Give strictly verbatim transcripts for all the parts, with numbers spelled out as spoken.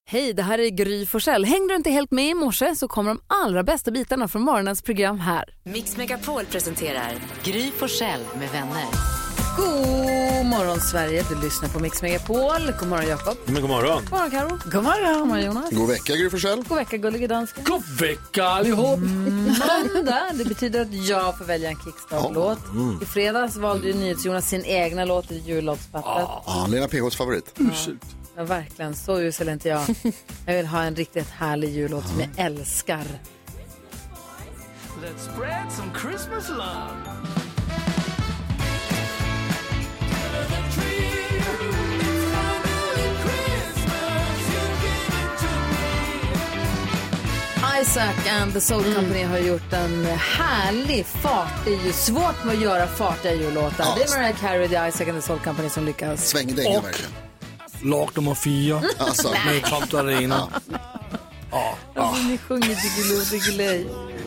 Hej, det här är Gry Forssell. Hängde du inte helt med i morse så kommer de allra bästa bitarna från morgonens program här. Mix Megapol presenterar Gry Forssell med vänner. God morgon Sverige, du lyssnar på Mix Megapol. God morgon Jakob. Men god morgon. God morgon Karo. God morgon. God morgon Jonas. God vecka Gry Forssell. God vecka Gullige Danska. God vecka allihop. Måndag, det betyder att jag får välja en Kickstart-låt. Oh. Mm. I fredags valde ju NyhetsJonas sin egna låt i jullåtsbattlet. Ja, Lena P H:s favorit. Ja. Ja, verkligen, så usel är inte jag. Jag vill ha en riktigt härlig jullåt som jag älskar. Let's spread some Christmas love. Isaac and the Soul Company har gjort en härlig fart. Det är ju svårt med att göra fartiga jullåtar. Ja. Det är Mariah Carey, The Isaac and the Soul Company som lyckas. Svängdänga verkligen. Låt nummer fyra alltså. Med Compton Arena. Ja. Alltså, ni sjunger Diggiloo Diggiley.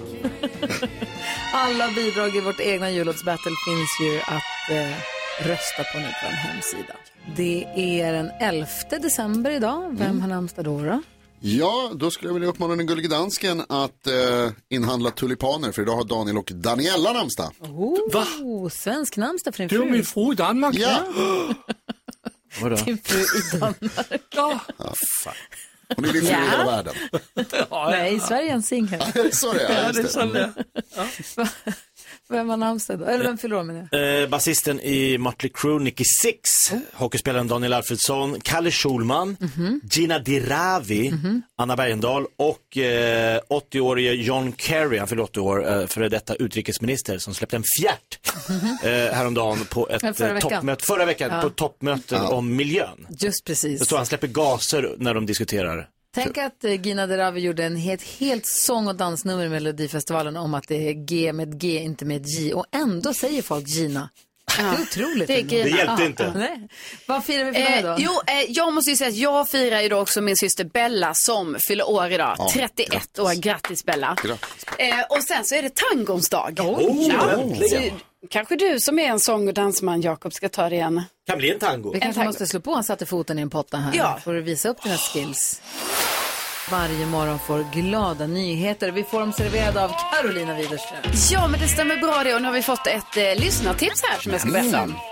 Alla bidrag i vårt egna jullåtsbattle finns ju att eh, rösta på nu på en hemsida. Det är den elfte december idag. Vem mm. har namnsdag då då? Ja, då skulle jag vilja uppmana den gullige dansken att eh, inhandla tulipaner. För idag har Daniel och Daniela namnsdag. Oh, Va? Svensk namnsdag för din fru. Det är min fru i Danmark. Ja. Vadå? Din fru i Danmark. Ja. Ja, hon är din fru i hela världen. Nej, i Sverige är en singel. Ja, så är det. Ja, det är så det. Ja. Vem har namnsdag då? Eller vem fyller år med det? Eh, basisten i Mötley Crüe, Nicky Six, oh. hockeyspelaren Daniel Alfredsson, Kalle Schulman, mm-hmm. Gina Dirawi, mm-hmm. Anna Bergendahl och eh, åttio-årige John Kerry, han fyller åttio år, eh, före detta utrikesminister som släppte en fjärt mm-hmm. eh, häromdagen på ett förra veckan, toppmöte, förra veckan ja. på ett toppmöte ja. om miljön. Just precis. Det står han släpper gaser när de diskuterar. Tänk att uh, Gina Dirawi gjorde en helt, helt sång- och dansnummer i Melodifestivalen om att det är G med G, inte med J. Och ändå säger folk Gina. Ja. Det är otroligt. Det, är det hjälpte ah, inte. Nej. Vad firar vi för eh, dig då? Jo, eh, jag måste ju säga att jag firar idag också min syster Bella som fyller år idag. Ja, trettioett grattis. År. Grattis Bella. Grattis. Eh, och sen så är det tangons dag. Oh, ja. Så, kanske du som är en sång- och dansman, Jakob, ska ta det igen. Kan bli en tango. Vi kanske måste slå på han satte foten i en potta här. Ja. Får du visa upp dina skills. Varje morgon får glada nyheter. Vi får dem serverade av Carolina Widerström. Ja, men det stämmer bra det. Och nu har vi fått ett eh, lyssnartips här som jag ska berätta om.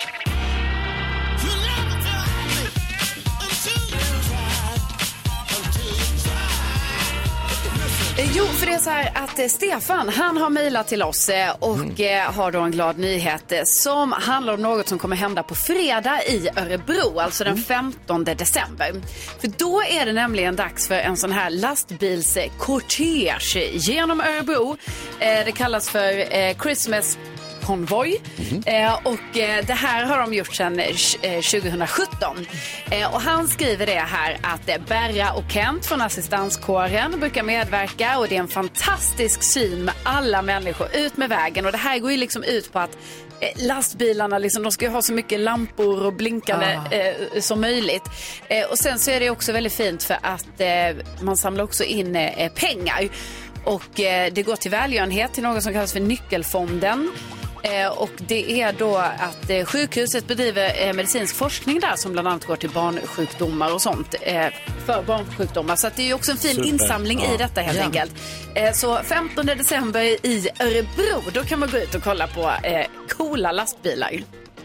Jo, för det är så här att eh, Stefan, han har mejlat till oss eh, och mm. eh, har då en glad nyhet eh, som handlar om något som kommer hända på fredag i Örebro, alltså den femtonde december. För då är det nämligen dags för en sån här lastbilskortege genom Örebro. Eh, det kallas för eh, Christmas konvoj. Mm. Eh, och eh, det här har de gjort sedan eh, tjugosjutton. Eh, och han skriver det här att eh, Berra och Kent från assistanskåren brukar medverka och det är en fantastisk syn med alla människor ut med vägen. Och det här går ju liksom ut på att eh, lastbilarna liksom, de ska ju ha så mycket lampor och blinkande ah. eh, som möjligt. Eh, och sen så är det också väldigt fint för att eh, man samlar också in eh, pengar. Och eh, det går till välgörenhet till något som kallas för Nyckelfonden. Eh, och det är då att eh, sjukhuset bedriver eh, medicinsk forskning där som bland annat går till barnsjukdomar och sånt eh, för barnsjukdomar. Så att det är ju också en fin Super. insamling ja. i detta helt ja. enkelt. Eh, så femtonde december i Örebro, då kan man gå ut och kolla på eh, coola lastbilar.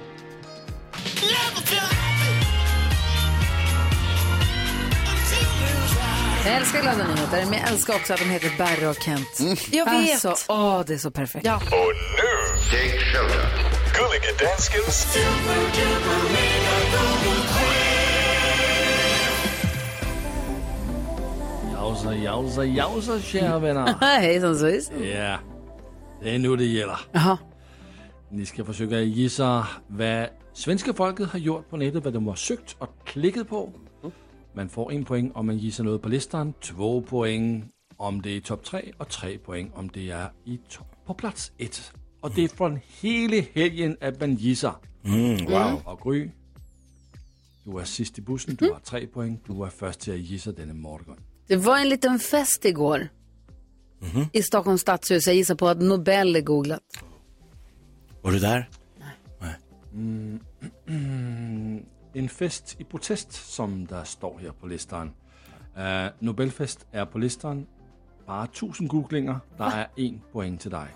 Jag älskar glada nyheter, men jag älskar också att de heter Berra och Kent. Mm. Jag vet. Alltså, åh, det är så perfekt. Ja. Och nu, Take Shelter. Gullige Danskens Jausa, jausa, jausa, kära vänner. Hejsan svejsan. Ja, det är nu det gäller. Jaha. Ni ska försöka gissa vad svenska folket har gjort på nätet, vad de har sökt och klickat på. Man får en poäng om man gissar något på listan, två poäng om det är topp tre och tre poäng om det är i top, på plats ett. Och det är från hela helgen att man gissar. Mm, wow. Och Gry, du är sist i bussen, du har tre poäng, du är först till att gissa denna morgon. Det var en liten fest igår mm-hmm. i Stockholms stadshus. Jag gissar på att Nobel är googlat. Var du där? Nej. Nej. Mm, mm, en fest i protest som där står här på listan Uh, Nobelfest är på listan. Bara tusen googlinger. Det är en poäng till dig.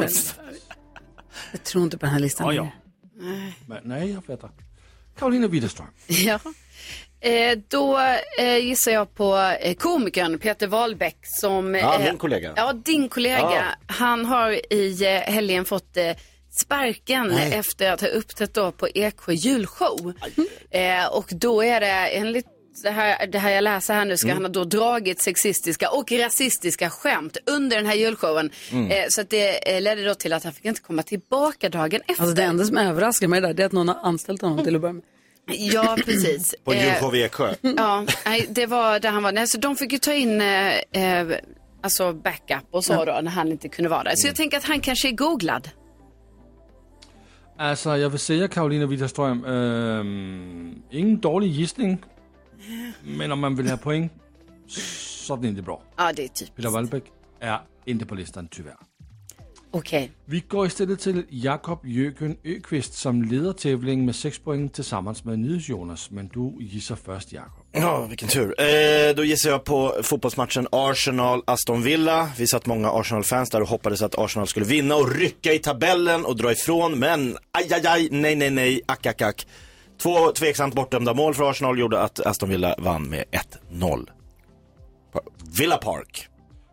Jag tror inte på den här listan. Ja, ja. Men, nej, jag fattar. Karolina Widerström. Ja. Eh, då eh, gissar jag på eh, komikern Peter Wahlbeck som... Ja, eh, min kollega. Ja, din kollega. Ja. Han har i eh, helgen fått eh, sparken Nej. efter att ha uppträtt då på Eksjö julshow. Eh, och då är det enligt det här, det här jag läser här nu ska mm. han ha då dragit sexistiska och rasistiska skämt under den här julshowen. Mm. Eh, så att det eh, ledde då till att han fick inte komma tillbaka dagen efter. Alltså det enda som överraskar mig där det är att någon har anställt honom till att börja med. Ja, precis. På julshow i Eksjö. Ja, nej, det var där han var. Nej, så de fick ju ta in eh, eh, alltså backup och så då när han inte kunde vara där. Så jag tänker att han kanske är googlad. Alltså, jag vill säga Karolina Widerström, äh, ingen dålig gissning. Men om man vill ha poäng så är det inte bra. Ja, det är typiskt. Peter Wahlbeck är inte på listan tyvärr. Okej. Okay. Vi går istället till Jakob Jöken Öqvist som leder tävlingen med sex poäng tillsammans med Nyhets Jonas. Men du gissar först, Jakob. Ja, vilken tur. Eh, då gissar jag på fotbollsmatchen Arsenal-Aston Villa. Vi satt många Arsenal-fans där och hoppades att Arsenal skulle vinna och rycka i tabellen och dra ifrån. Men aj, aj, aj, nej, nej, nej, ack, ack, ack. Två tveksamt bortdömda mål för Arsenal gjorde att Aston Villa vann med ett noll. På Villa Park.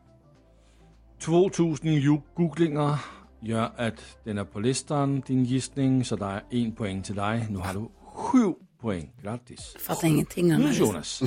tvåtusen googlinger gör att den är på listan, din gissning, så det är en poäng till dig. Nu har du sju poäng. Grattis. Fattar ingenting om det. Jonas.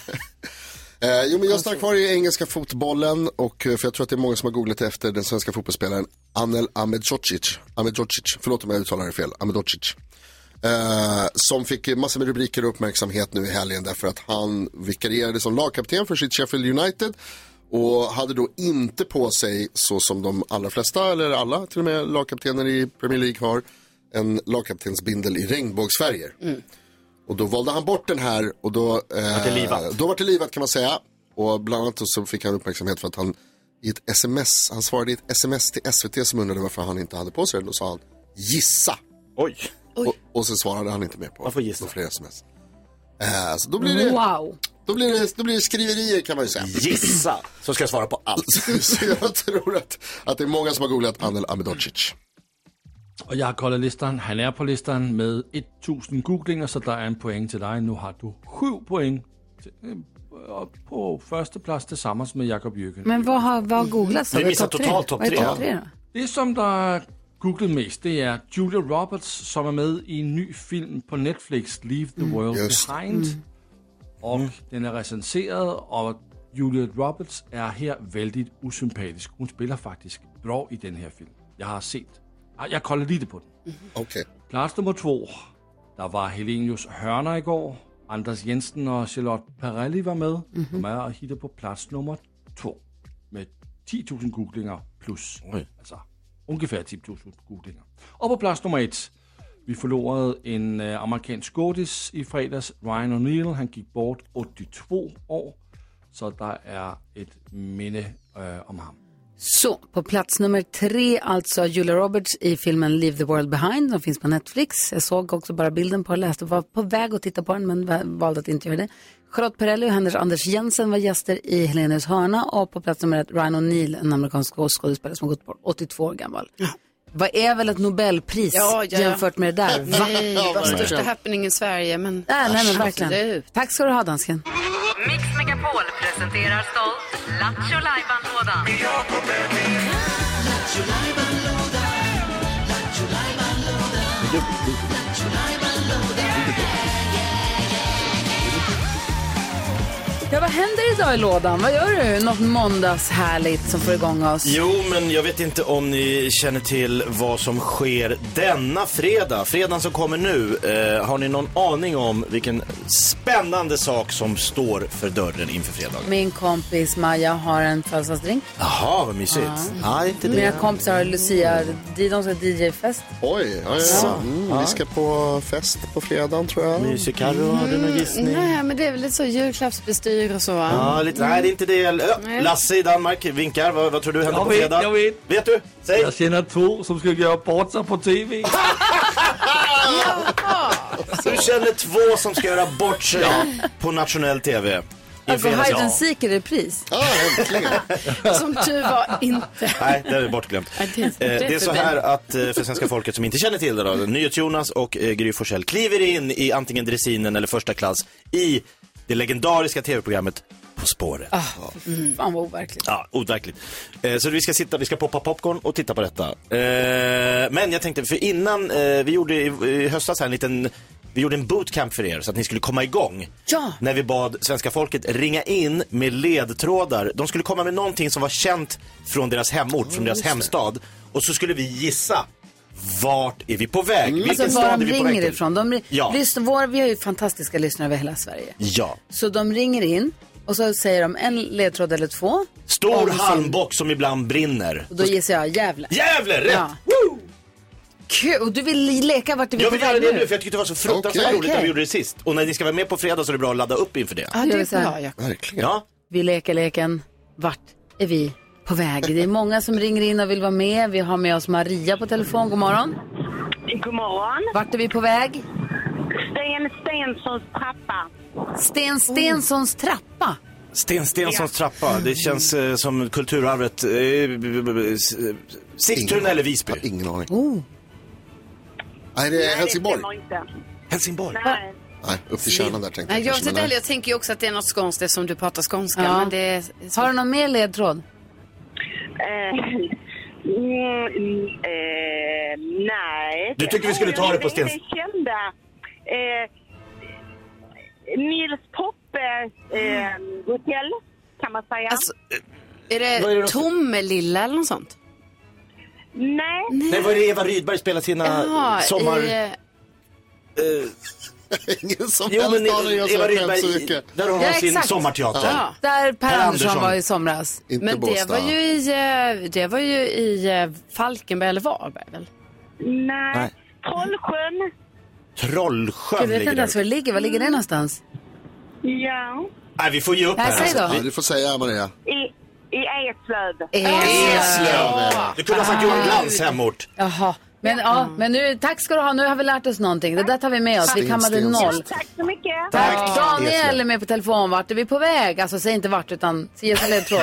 eh, jo, men jag stannar kvar i engelska fotbollen och för jag tror att det är många som har googlat efter den svenska fotbollsspelaren Anel Ahmedhodzic. Ahmedhodzic, förlåt om jag uttalar det fel. Ahmedhodzic. Eh, som fick massor med rubriker och uppmärksamhet nu i helgen därför att han vikarierade som lagkapten för sitt Sheffield United. Och hade då inte på sig, så som de allra flesta, eller alla till och med lagkaptener i Premier League har, en lagkaptensbindel i regnbågsfärger. Mm. Och då valde han bort den här och då, eh, var det livat. då var det livat kan man säga. Och bland annat så fick han uppmärksamhet för att han i ett sms, han svarade i ett sms till S V T som undrade varför han inte hade på sig den. Då sa han, gissa. Oj. Och, och så svarade han inte mer på. Man får gissa. Fler sms. Eh, så då blir det... Wow. Då blir, det, då blir det skriverier kan man ju säga. Gissa. Så ska jag svara på allt. Så jag tror att, att det är många som har googlat Anel Ahmedhodzic. Och jag har kollat listan. Han är på listan med tusen googlinger, så det är en poäng till dig. Nu har du sju poäng till, på första plats tillsammans med Jakob Jöken. Men vad har vad googlats? Vi missar totalt topp tre. Top tre då? Det som der googlet mest, det är Julia Roberts, som är med i en ny film på Netflix, Leave the World Just. Behind. Mm. Och Mm. den är recenserad, och Julia Roberts är här väldigt osympatisk. Hon spelar faktiskt bra i den här filmen. Jag har sett. Jag kollade lite på den. Okej. Okay. Plats nummer två. Der var Helenius Hörner igår. Anders Jensen och Charlotte Perrelli var med. Mm-hmm. De är och hittar på plats nummer två. Med tiotusen googlinger plus. Oj. Altså ungefär tiotusen googlinger. Och på plats nummer ett. Vi förlorade en äh, amerikansk skådis i fredags, Ryan O'Neal. Han gick bort åttiotvå år. Så där är ett minne äh, om ham. Så, på plats nummer tre, alltså Julia Roberts i filmen Leave the World Behind. Den finns på Netflix. Jag såg också bara bilden på den, läste och var på väg att titta på den, men valde att inte göra det. Charlotte Perrelli och hennes Anders Jensen var gäster i Helenius Hörna. Och på plats nummer ett, Ryan O'Neal, en amerikansk skådespelare som har gått bort, åttiotvå år gammal. Ja. Vad är väl ett Nobelpris ja, ja. jämfört med det där? Va? Nej, det var största happening i Sverige. Men... Nej, nej, men verkligen. Tack ska du ha, dansken. Mix Megapol presenterar stolt Lattjo Lajban-lådan. Ja, vad händer idag i lådan? Vad gör du? Något måndags härligt som får igång oss? Jo, men jag vet inte om ni känner till vad som sker denna fredag. Fredagen som kommer nu. Eh, har ni någon aning om vilken spännande sak som står för dörren inför fredagen? Min kompis Maja har en födelsedagsdrink. Jaha, vad mysigt. Ja. Nej, inte det. Mina kompisar har Lucia, de ska D J-fest. Oj, ja, ja. Mm, ja. Vi ska på fest på fredagen, tror jag. Mysig, Karo, har du någon gissning? Nej, men det är väl lite så julklappsbestyr och så. Ja, lite, nej, det är inte det. Ö, Lasse i Danmark vinkar. Vad, vad tror du händer jag på vet, fredag? Jag vet. Vet du? Säg. Jag känner två som ska göra bort sig på tv. Du känner två som ska göra bort sig ja. på nationell tv. Att få hide and seek i repris. Ja, äntligen. Som tur var inte. Nej, det är bortglömt. det, Eh, det är så här att eh, för svenska folket som inte känner till det då, NyhetsJonas och eh, Gry Forssell kliver in i antingen dressinen eller första klass i det legendariska tv-programmet På spåret. Ah, mm. Fan vad overkligt. Ja, overkligt. Eh, så vi ska sitta, vi ska poppa popcorn och titta på detta. Eh, men jag tänkte, för innan eh, vi gjorde i, i höstas här en liten, vi gjorde en bootcamp för er så att ni skulle komma igång. Ja. När vi bad svenska folket ringa in med ledtrådar. De skulle komma med någonting som var känt från deras hemort, mm, från deras hemstad. Och så skulle vi gissa, vart är vi på väg? Mm. Vilken alltså, stad var de är vi på ringer väg till? ifrån. De, ja. lyssnar, vår, vi har ju fantastiska lyssnare över hela Sverige. Ja. Så de ringer in och så säger de en ledtråd eller två. Stor halmbock som ibland brinner. Och då gissar jag Gävle. Gävle, rätt! Ja. Woo! Kul, och du vill leka vart du vill Jag på vill göra väg det nu. nu för jag tyckte det var så fruktansvärt Okay. roligt när vi gjorde det sist. Och när ni ska vara med på fredag så är det bra att ladda upp inför det. Ja, det är så här. Ja, Verkligen. Ja. Vi leker leken. Vart är vi på väg? Det är många som ringer in och vill vara med. Vi har med oss Maria på telefon. God morgon. God morgon. Vart är vi på väg? Sten Stenssons trappa. Sten Stenssons trappa. Sten Stenssons trappa. Det känns eh, som kulturarvet eh, Sigtuna eller Visby. Jag har ingen aning. Oh. Nej, det är Helsingborg. Det stämmer inte. Helsingborg. Nej. Nej, upp till kärnan där tänkte Nej, jag. jag, kanske, jag, men jag tänker ju också att det är något skånskt eftersom du pratar skånska. Ja. Men det är, Har du någon mer ledtråd? Eh, mm, eh, nej. Du tycker vi skulle ta det på Stens- Det är kända. Eh, Nils Poppe eh, hotell, kan man säga. alltså, är det, Vad är det då? Tommelilla eller något sånt? nej. Nej, vad är det Eva Rydberg spelar sina Jaha, sommar... i, eh, ingen som Jo, helst men aning. Jag Eva har skämt så Rydberg, mycket. där hon Ja, har sin exakt. sommarteater. ja. Där Per, Per Andersson Andersson var i somras. Inte Men det Båstad. var ju i, eh, det var ju i eh, Falkenberg eller Varberg väl? Nej. Nej. Trollsjön. Trollsjön Jag vet ligger inte ens där. var det ligger. Var ligger det någonstans? Ja. Nej, vi får ge upp Nej, här. säg då. Ja, du får säga, Maria. I, i Eslöv. Eslöv. Du kunde ha sagt Johan Glans hemort. Jaha. Men, ja, men nu, tack ska du ha. Nu har vi lärt oss någonting. Det där tar vi med oss. Vi Sten, kammade sten, noll. Tack så mycket. Tack. Daniel Eslöv. är med på telefon. Vart är vi på väg? Alltså säg inte vart utan ge oss en ledtråd.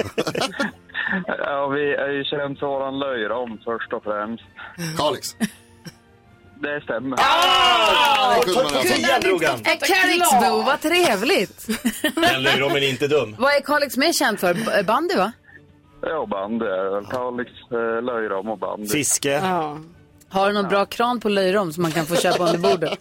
Ja, vi är ju känd för våran löjrom först och främst. Kalix. Det stämmer. Ah! Det kunde man alltså. Tian drog han. Är Kalixbo, vad trevligt. Den löjrommen är inte dum. Vad är Kalix mer känt för? B- Bandy va? Ja, bandy är väl Kalix, eh, löjrom och bandy. Fiske. Ja. Har du någon bra kran på löjrom som man kan få köpa under bordet?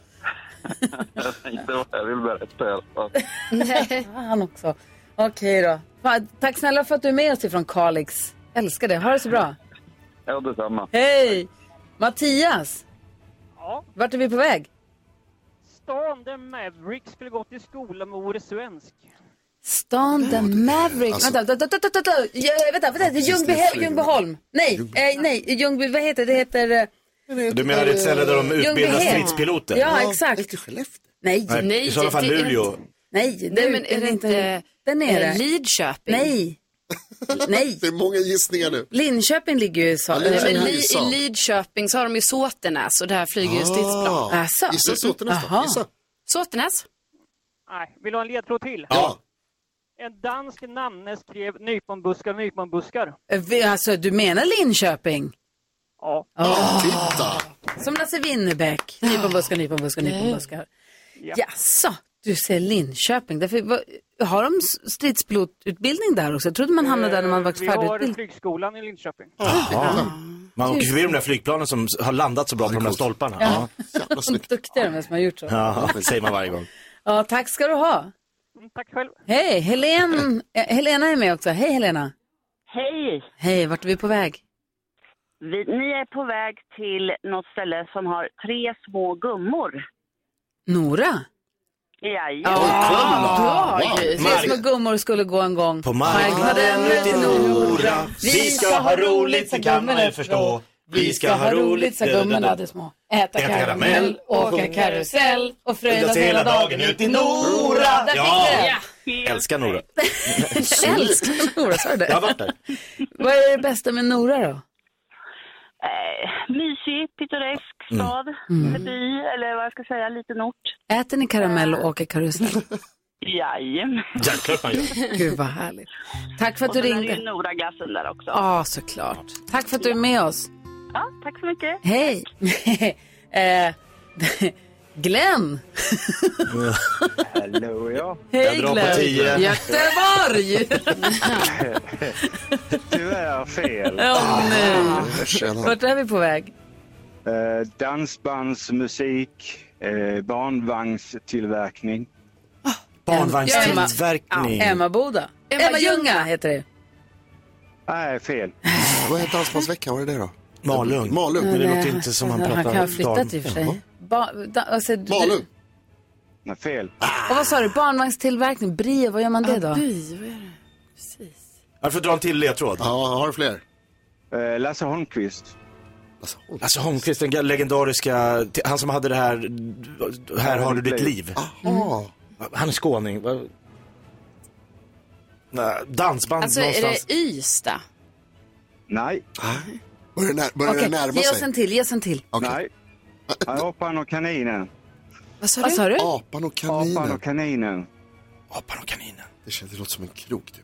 Inte vad jag vill berätta i alla fall. Nej, han också. Okej då. Fan, tack snälla för att du är med oss ifrån Kalix. Älskar det. Ha det så bra. Ja, detsamma. Hej! Mattias, Ja, vart är vi på väg? stan där Maverick skulle gå till skolan med vore svensk. Stan The Maverick. alltså- Vänta, vänta, vänta, vänta, vänta. Ja, vänta, vänta. Ljungby, Ljungbyholm. Nej, eh, nej, Ljungby, vad heter det? Det heter... eh, Du menar ett ställe där de utbildar Ljungbyhed. stridspiloter? Ja, exakt. Efter Skellefteå. Nej, Nej, nej, i sådana fall det är Luleå. nej. Det, Nej, men är det inte där nere? eh, Lidköping? Nej. Nej. Det är många gissningar nu. Linköping ligger ju i så. Ja, Nej, Linköping. men Ja, li, USA. I Lidköping så har de ju Såtenäs och där flyger ju stridsplan. Ah, Asså. gissa Såtenäs då. Jaha. Gissa. Såtenäs? Nej, vill du ha en ledtråd till? Ja. En dansk namne skrev nyponbuskar, nyponbuskar. Eh, vi- Alltså, du menar Linköping? Ja. Oh. Titta. Som Lasse Winnerbäck. Nyponbuskar, nyponbuskar, nyponbuskar. Ja. Jaså, du ser Linköping. Därför, vad, har de s- stridspilotutbildning där också? Jag trodde man hamnade där när man var Vi har färdigutbildad. flygskolan i Linköping. Man åker förbi de där flygplanen som har landat så bra på de där stolparna. Ja, Jävla De snyggt. duktiga de är som har gjort så. ja det säger man varje gång. Ja, tack ska du ha. Mm, tack själv. Hej, Helen, eh, Helena är med också. Hej Helena. Hej. Hej, vart är vi på väg? Vi, ni är på väg till något ställe som har tre små gummor. Nora? Jajamän. Bra, Wow. Gry. Tre Mark- små gummor skulle gå en gång. På marknaden ut i Nora. Vi ska ha roligt, så kan man ju förstå. Vi ska ha roligt, så gummorna de små. Äta Äta karamell, karamell, åka karusell och fröjdas hela dagen ut i Nora. Där Ja. fick du det. Älskar Nora. Älskar Nora, sa du Jag har det? varit där. Vad är det bästa med Nora då? Eh, mysig, pittoresk stad. Med by, eller vad jag ska säga, liten ort. Äter ni karamell och åker karusell? Jajamän. Ja, klart man gör. Gud vad härligt. Tack för att du ringde. Och så är det Nora-glassen där också. Ja, såklart. Tack för att du är med oss. Ja, tack så mycket. Hej. eh, Glenn. Hallå, ja. Hej Jag drar på Glenn. tio. Göteborg. Tyvärr fel. Åh nej. Tjena. Vart är vi på väg? Eh, dansbandsmusik, eh, barnvagnstillverkning. Barnvagnstillverkning. Emma Boda. Emma, Emma Ljunga heter det. Nej, fel. Vad heter Dansbandsveckan? Vad är det då? Malung. Malung. Men det Nej, låter inte som han Han pratar. kan ha flyttat dag- i och för sig. Ba, da, alltså, du- Malung. Nej, fel. Och vad sa du? Barnvagnstillverkning. Brio, vad gör man det då? By, vad är det? Precis. Jag får dra en till ledtråd. Ja, har du fler? Eh, Lasse Holmqvist. Alltså, Alltså Holmqvist, den legendariska, han som hade det här, här har du ditt liv. aha. Han är skåning. Va- Nej, dansband Alltså är någonstans. det Ystad? Nej. Börjar, när, börjar Okej, det närma ge oss sig? en till, ge oss en till. Okej. Nej. Apan och kaninen. Vad sa Vad du? sa du? Apan och kaninen. Apan och kaninen. Apan och kaninen. Det känns det låter som en krok typ.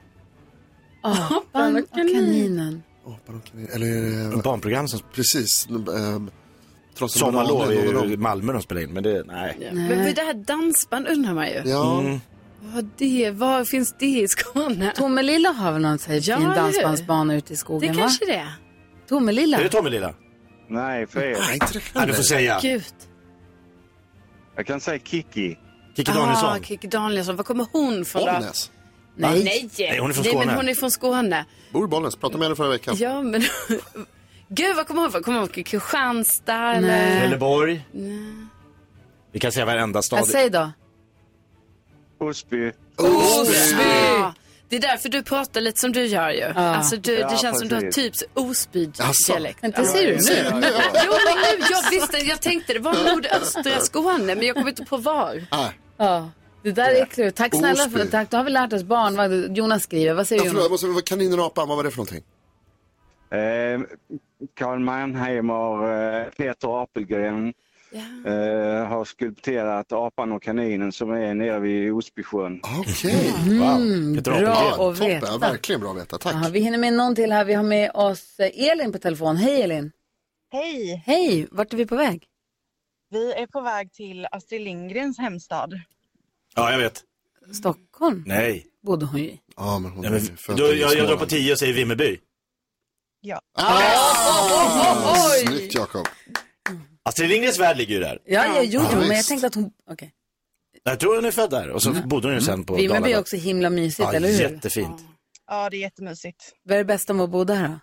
Apan och kaninen. Apan och kaninen. Eller är det... Ett barnprogram som Precis. Eh, trots Sommarlov är bananer, ju i Malmö de spelar in, men det, nej. Ja. Men vad är det här dansband undrar man ju. Ja. Mm. Vad det, var finns det i Skåne? Tomelilla har väl någon så här Ja, fin eller hur? dansbandsbana ute i Det skogen, kanske va? det är. Tomelilla. Är det Tommy Lilla? Nej, fel. Nej, inte det Nej, du får säga. Gud. Jag kan säga Kiki. Kikki Danielsson. Ah, Kikki Danielsson. Var kommer hon från då? Bollnäs. Nej. Nej. Nej, hon är från Nej, Skåne. men hon är från Skåne. Bor i Bollnäs. Pratade med henne förra veckan. Ja, men... Gud, vad kommer hon från? Kommer hon från Kristianstad? eller? Trelleborg. Vi kan säga varenda stad. Jag säger då. Osby. Ja, det är därför du pratar lite som du gör ju. Alltså du, det Ja, känns som du har precis. typ Osby-dialekt. Inte ser du nu? Jo, men nu, jag visste, jag tänkte det var nordöstra Skåne, men jag kommer inte på var. Nej. Ja. Det där är klart. Tack snälla för Osby. tack. Då har vi lärt oss barn. Vad Jonas skriver. Vad säger Ja, Jonas? förlåt, jag måste, kaninen och apan, vad var det för någonting? Eh, Carl Mannheimer, eh, Peter Apelgren eh, har skulpterat Apan och kaninen som är nere vid Osbysjön. Okej. Wow. Peter Bra Apelgren. att veta. Toppen, verkligen bra att veta. Tack. Ja, vi hinner med någon till här. Vi har med oss eh, Elin på telefon. Hej Elin. Hej, Hej, vart är vi på väg? vi är på väg till Astrid Lindgrens hemstad. Ja, jag vet. Stockholm Nej. bodde hon ju i. Ja, men hon Nej, är men, född då, i jag, jag drar Småland. på tio och säger Vimmerby. Ja. Ah, snyggt, Jakob. Astrid Lindgrens värld ligger ju där. Ja, jag gjorde Ja, hon, men jag visst. tänkte att hon... Okej. Jag tror hon är född där. Och så bodde hon ju sen på Vimmerby är Dalarna. också himla mysigt, Ja, eller hur? jättefint. Ja, det är jättemysigt. Vad är det bästa med att bo där då?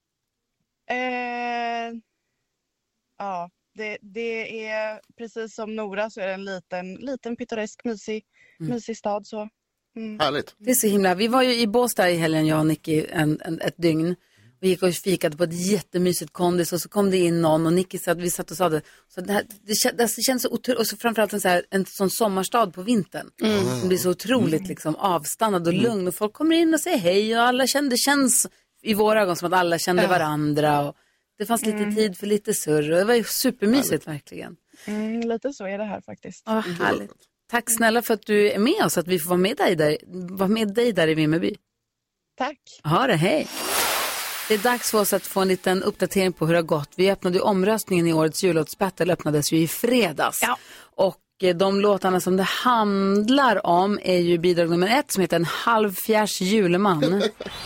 Eh, ja, det, det är precis som Nora så är det en liten, liten pittoresk, mysig, mysig stad. Så. Mm. Härligt. Det är så himla... Vi var ju i Båstad i helgen, jag och Nicky, en, en, ett dygn. Vi gick och fikade på ett jättemysigt kondis och så kom det in någon och Nicky sa att vi satt och sa det. Så det, här, det, kän, det känns så otroligt, och så framförallt en, så här, en sån sommarstad på vintern. Mm. Som blir så otroligt liksom, avstannad och lugn och folk kommer in och säger hej och alla kände, det känns i våra ögon som att alla kände Ja. varandra och det fanns lite tid för lite surr och det var ju supermysigt verkligen. Mm, lite så är det här faktiskt. Ja, härligt. Tack snälla för att du är med oss, att vi får vara med dig där, vara med dig där i Vimmerby. Tack. Ha det, hej. Det är dags för oss att få en liten uppdatering på hur det har gått. Vi öppnade ju omröstningen i årets jullåtsbattle, öppnades ju i fredags. Ja. Och eh, de låtarna som det handlar om är ju bidrag nummer ett som heter En halvfjärs juleman.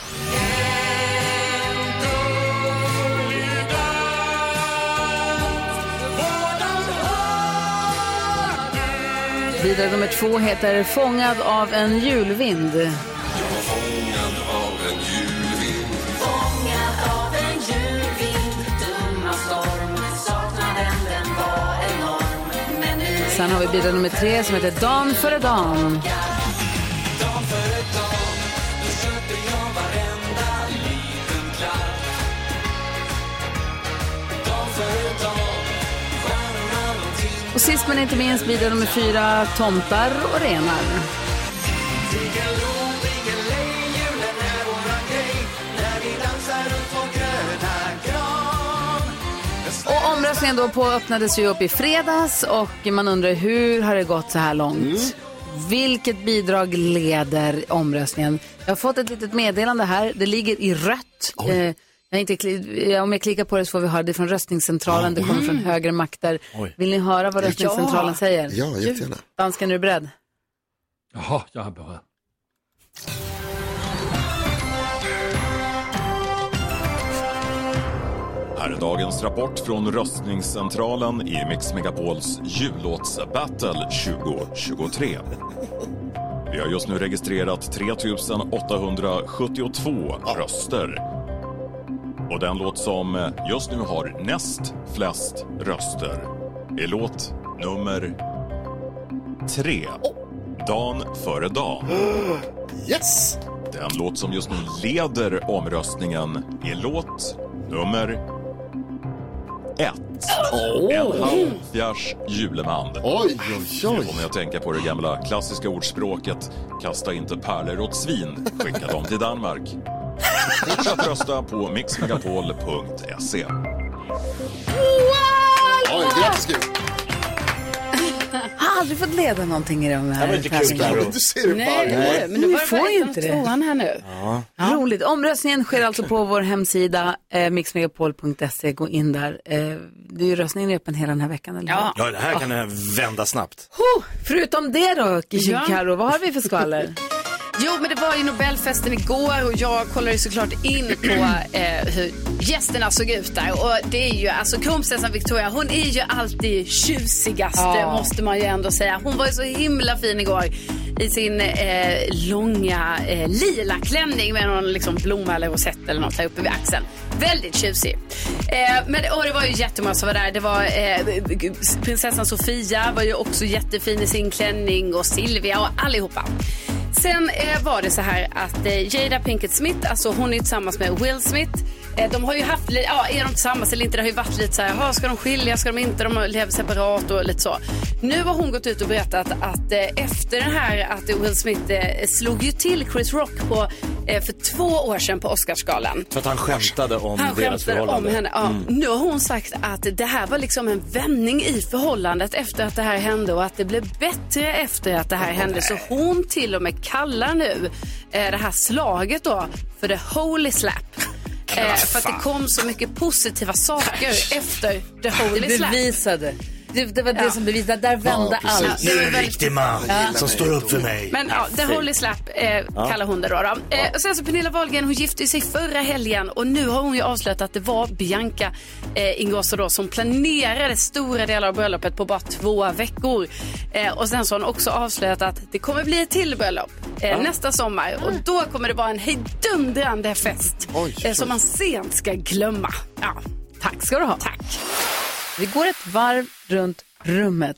Bidrag nummer två heter Fångad av en julvind. Sen har vi bidrag nummer tre som heter Dan före dan. Och sist men inte minst bidrag nummer fyra, Tomtar och renar. Och omröstningen då på öppnades ju upp i fredags och man undrar hur har det gått så här långt? Vilket bidrag leder omröstningen? Jag har fått ett litet meddelande här. Det ligger i rött. Eh, jag inte kli- om jag klickar på det så får vi höra det från röstningscentralen. Det kommer från högre makter. Oj. Vill ni höra vad röstningscentralen ja. säger? Ja, jättegärna. Dansken, är du beredd? Jaha, jag är beredd. Här är dagens rapport från röstningscentralen i Mix Megapols jullåtsbattle tjugo tjugotre. Vi har just nu registrerat tre tusen åttahundrasjuttiotvå röster. Och den låt som just nu har näst flest röster är låt nummer tre. Dan före dagen. Yes! Den låt som just nu leder omröstningen är låt nummer ett. Oh. En halvfjärs juleman. Oj, oj, oj. Nu kommer jag att tänka på det gamla klassiska ordspråket: kasta inte pärlor åt svin, skicka dem till Danmark. Fortsätt rösta på mix megapol punkt se. Oj, grattis Gud. Jag har aldrig fått leda någonting i de här. Det var inte kul, Karo. Du ser det Nej, varje år. men du Vi var får bara ju inte inte det. det. Tvåan här nu. Ja. Ja. Roligt. Omröstningen sker alltså på vår hemsida eh, mix megapol punkt se. Gå in där. Eh, det är ju röstningen öppen hela den här veckan. Eller? Ja. Ja, det här kan oh. vända snabbt. Oh, förutom det då, Ja. Karo, vad har vi för skvaller? Jo, men det var ju Nobelfesten igår och jag kollade ju såklart in på eh, hur gästerna såg ut där. Och det är ju, alltså kronprinsessan Victoria, hon är ju alltid tjusigast, Ja. måste man ju ändå säga. Hon var ju så himla fin igår i sin eh, långa eh, lila klänning med någon liksom blomma eller rosett eller något här uppe vid axeln. Väldigt tjusig. Eh, men och det var ju jättemånga som var där. Det var eh, prinsessan Sofia var ju också jättefin i sin klänning och Silvia och allihopa. Sen eh, var det så här att eh, Jada Pinkett Smith, alltså hon är tillsammans med Will Smith. Eh, de har ju haft, ja, är de tillsammans eller inte? Det har ju varit lite så här, ska de skilja, ska de inte? De lever separat och lite så. Nu har hon gått ut och berättat att eh, efter den här att Will Smith eh, slog ju till Chris Rock på, eh, för två år sedan på Oscarsgalan. För att han skämtade om Han deras skämtade förhållande. om henne. Ja. Mm. Nu har hon sagt att det här var liksom en vändning i förhållandet efter att det här hände och att det blev bättre efter att det här hände. Så hon till och med kallar nu eh, det här slaget då för the holy slap. Eh, för att det kom så mycket positiva saker efter the holy Det slap. bevisade. Det, det var det Ja. som bevisade. Där vände Ja, allt. Nu är en riktig man Ja. som står upp för mig. Men ja, the holy slap eh, kallar hon det då. då. Eh, och sen så Pernilla Wahlgren, hon gifte sig förra helgen och nu har hon ju avslöjat att det var Bianca eh, Ingrosso då som planerade stora delar av bröllopet på bara två veckor. Eh, och sen så har hon också avslöjat att det kommer bli ett till bröllop eh, nästa sommar och då kommer det vara en hejdundrande fest Oj, eh, som man sent ska glömma. Ja, Tack ska du ha. tack. Vi går ett varv runt rummet.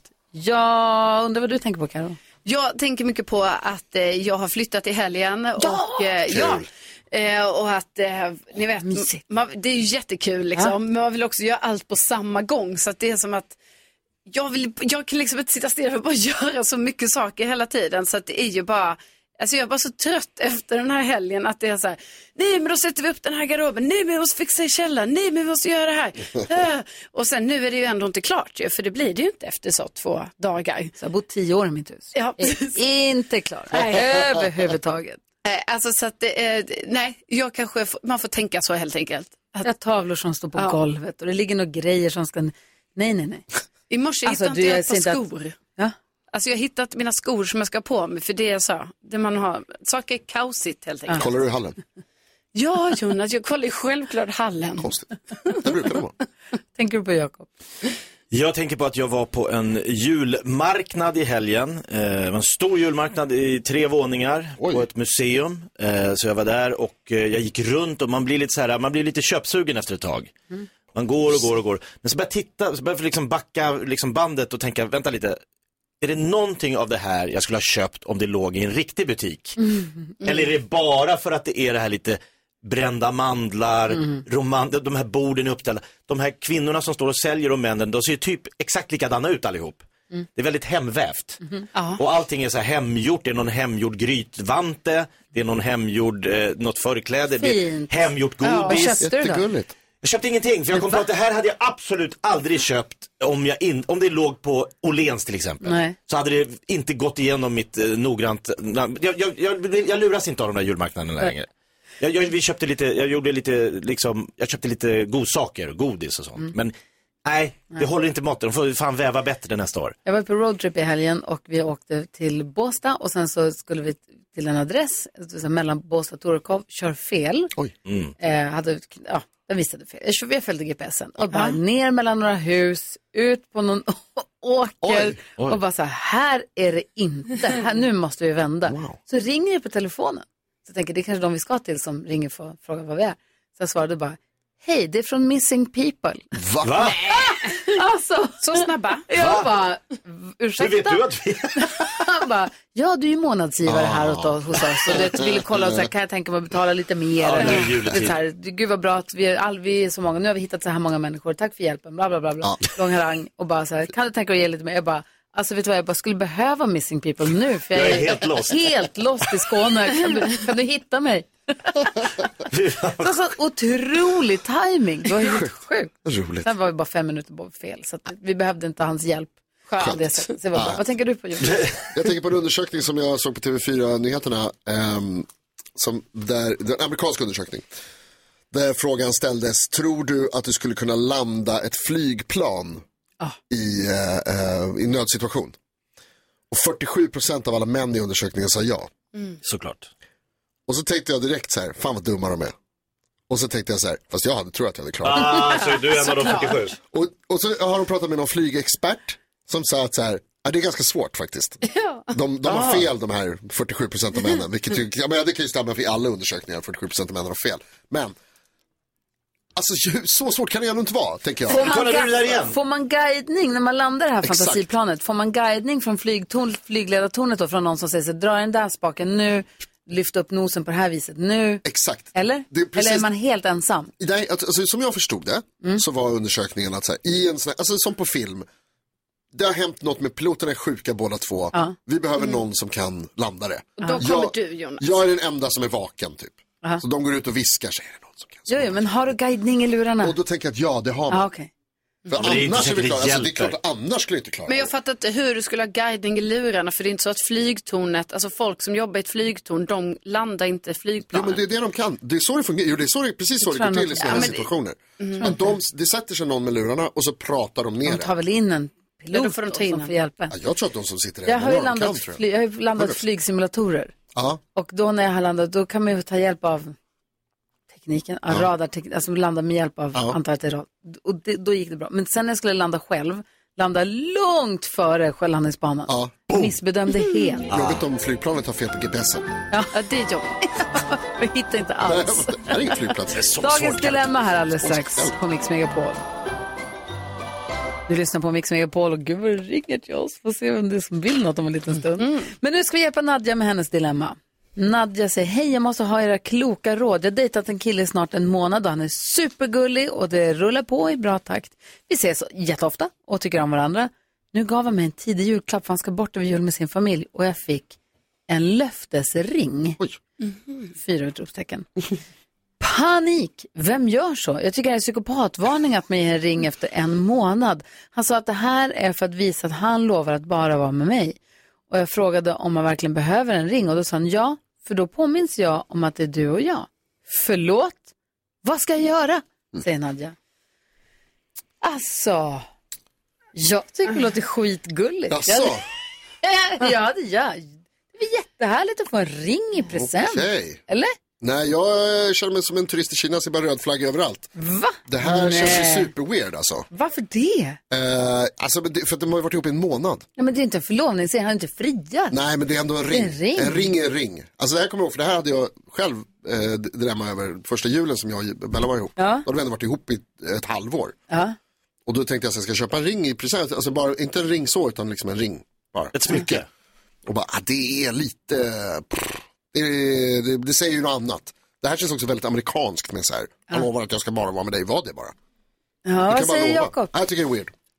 Jag undrar vad du tänker på, Karo? Jag tänker mycket på att eh, jag har flyttat i helgen och eh, ja, eh, och att eh, ni vet, man, det är ju jättekul liksom, Ja. men man vill också göra allt på samma gång så att det är som att jag vill, jag kan liksom inte sitta still och bara göra så mycket saker hela tiden så att det är ju bara, alltså jag är bara så trött efter den här helgen att det är så här, nej men då sätter vi upp den här garderoben, nej men vi måste fixa i källaren, nej men vi måste göra det här. uh, och sen nu är det ju ändå inte klart ju, för det blir det ju inte efter så två dagar. Så jag har bott tio år i mitt hus. Ja, precis. Inte klar. Nej. Överhuvudtaget. Eh, Alltså så att det är, nej, jag kanske, får- man får tänka så helt enkelt. Det är tavlor som står på Ja. golvet och det ligger några grejer som ska... Nej, nej, nej. I morse Alltså, hittade du, jag jag ett par ser inte att- skor. Ja. Alltså jag har hittat mina skor som jag ska ha på mig, för det är så, det man har, saker är kaosigt helt enkelt. Kollar du i hallen? Ja, Jonas, jag kollar ju självklart hallen. Konstigt. Det brukar det vara. Tänker du på Jakob? Jag tänker på att jag var på en julmarknad i helgen. Eh, det var en stor julmarknad i tre våningar Oj. på ett museum. Eh, så jag var där och eh, jag gick runt och man blir lite så här, man blir lite köpsugen efter ett tag. Mm. Man går och går och går. Men så börjar jag titta, så börjar jag liksom backa liksom bandet och tänka, vänta lite. Är det någonting av det här jag skulle ha köpt om det låg i en riktig butik? Mm. Mm. Eller är det bara för att det är det här lite brända mandlar, Mm. roman, de här borden är uppställda. De här kvinnorna som står och säljer och männen, de ser ju typ exakt likadana ut allihop. Mm. Det är väldigt hemvävt. Mm. Ja. Och allting är så här hemgjort. Det är någon hemgjord grytvante, det är någon hemgjord, eh, något förkläde, det är Fint. hemgjort Ja, vad godis. köpte du då? Jättegulligt. Jag köpte ingenting, för jag kom på att det här hade jag absolut aldrig köpt om, jag in, om det låg på Åhléns till exempel. Nej. Så hade det inte gått igenom mitt eh, noggrant. Jag, jag, jag, jag luras inte av de där julmarknaderna längre. Jag, jag, vi köpte lite, jag gjorde lite, liksom, jag köpte lite godsaker, godis och sånt. Mm. Men nej, det nej. håller inte måtten. De får fan väva bättre nästa år. Jag var på roadtrip i helgen och vi åkte till Båstad och sen så skulle vi till en adress mellan Båstad och Torekov, kör fel. Oj. Mm. Eh, hade, ja, den visade fel. Jag, jag följde G P S'en och bara ner mellan några hus, ut på någon åker oj, oj. och bara så här, här är det inte. Här, nu måste vi vända. Wow. Så ringer jag på telefonen. Så jag tänker, det är kanske de vi ska till som ringer för att fråga vad vi är. Så jag svarade bara, hej, det är från Missing People. Va? Va? Alltså, så snabba. Jag Va? bara, ursäkta. Hur vet du att vi... Han bara, ja du är ju månadsgivare ah. här hos oss. Hos oss och det ville kolla och så här, kan jag tänka mig att betala lite mer. Ja, eller, det så här, gud vad bra att vi är, all, vi är så många. Nu har vi hittat så här många människor. Tack för hjälpen. Bla bla bla. bla. Ah. Lång harang. Och bara så här, kan du tänka dig att ge lite mer? Jag bara, alltså vet du vad, jag bara skulle behöva Missing People nu. För jag, jag är helt lost. Helt lost i Skåne. Kan du, kan du hitta mig? Det var så otrolig timing. Det var helt sjukt. Roligt. Sen var vi bara fem minuter på fel. Så att vi behövde inte hans hjälp. Det så det var bra. Vad tänker du på, Jonas? Jag tänker på en undersökning som jag såg på T V fyra-nyheterna. Um, som där, det är en amerikansk undersökning. Där frågan ställdes, tror du att du skulle kunna landa ett flygplan ah. i, uh, uh, i nödsituation? Och fyrtiosju procent av alla män i undersökningen sa ja. Mm. Såklart. Och så tänkte jag direkt så här, fan vad dumma de är. Och så tänkte jag så här, fast jag hade tror att jag hade klarat det. Ah, så du är en av de fyrtiosju. Och, och så har de pratat med någon flygexpert som sa att så här, ja, det är ganska svårt faktiskt. Ja. De, de har ah. fel, de här fyrtiosju procent av männen. Vilket ju, ja, men det kan ju stämma för alla undersökningar, fyrtiosju procent av männen har fel. Men, alltså så svårt kan det ju inte vara, tänker jag. Får man, ga- får man guidning när man landar det här Exakt. fantasiplanet? Får man guidning från flygtorn, flygledartornet då, från någon som säger så dra den där spaken nu, lyft upp nosen på det här viset nu. Exakt. Eller? Det är precis... Eller är man helt ensam? Nej, alltså, som jag förstod det mm. så var undersökningen att så här, i en sån här, alltså som på film, det har hänt något med piloterna är sjuka båda två. Ja. Vi behöver mm. någon som kan landa det. Och då kommer du, Jonas. Jag är den enda som är vaken typ. Aha. Så de går ut och viskar, så är det någon som kan. Jo, jo, men har du guidning i lurarna? Och då tänker jag att ja, det har man. Ah, okay. För ja, annars är, är vi klara. Alltså, det är klart att annars skulle jag inte klara. Men jag fattar inte hur du skulle ha guidning i lurarna. För det är inte så att flygtornet, alltså folk som jobbar i ett flygtorn, de landar inte flygplanet. Jo, men det är det de kan. Det är så det fungerar. Jo, det är så det, precis så det går till i sådana ja, situationer. Det, mm. Att de, det sätter sig någon med lurarna och så pratar de ner. De tar väl in en pilot, då får de ta in som får hjälpen. Ja, jag tror att de som sitter där. Jag har ju landat, kan, fly, jag har landat flygsimulatorer. Ja. Och då när jag har landat, då kan man ju ta hjälp av tekniken, ja. radarteknik, alltså landa med hjälp av ja. antar att det är radar. Och det, då gick det bra. Men sen när jag skulle landa själv, landa långt före självlandningsbanan. Ja. Missbedömde helt. Jag vet om flygplanet har fel på G P S'en. Ja, det är jobbigt. Vi hittar inte alls. Nej, det är ingen flygplats. Det är Dagens dilemma här alldeles strax på Mix Megapol. Du lyssnar på Mix Megapol och gud vad det ringer till oss. Får se vem det är som vill något om en liten stund. Mm. Men nu ska vi hjälpa Nadja med hennes dilemma. Nadja säger, hej jag måste ha era kloka råd. Jag har dejtat en kille i snart en månad och han är supergullig och det rullar på i bra takt. Vi ses jätteofta och tycker om varandra. Nu gav han mig en tidig julklapp för han ska bort över jul med sin familj och jag fick en löftesring. Oj. Mm-hmm. Fyra utropstecken. Panik! Vem gör så? Jag tycker det är psykopatvarning att mig en ring efter en månad. Han sa att det här är för att visa att han lovar att bara vara med mig. Och jag frågade om man verkligen behöver en ring och då sa han ja, för då påminns jag om att det är du och jag. Förlåt? Vad ska jag göra? Säger Nadja. Alltså, jag tycker det låter skitgulligt. Alltså. Ja, det gör. Det är jättehärligt att få en ring i present. Okay. Eller? Nej, jag känner mig som en turist i Kina, ser bara röd flagga överallt. Va? Det här Nej. känns ju super weird alltså. Varför det? Eh, alltså, för att de har ju varit ihop i en månad. Ja, men det är inte en förlovning, så han är inte friad. Nej, men det är ändå en ring. En ring, en ring är en ring. Alltså det här kommer jag ihåg, för det här hade jag själv eh, dilemma över första julen som jag och Bella var ihop. Ja. Då hade vi ändå varit ihop i ett halvår. Ja. Och då tänkte jag att jag ska köpa en ring i present. Alltså bara, inte en ring så, utan liksom en ring. Bara. Ett smycke. Okay. Och bara, ah, det är lite... Pff, det, det, det säger ju något annat. Det här känns också väldigt amerikanskt med så här. Jag lovar att jag ska bara vara med dig, vad det bara. Ja, vad säger Jakob? Jag tycker det är weird.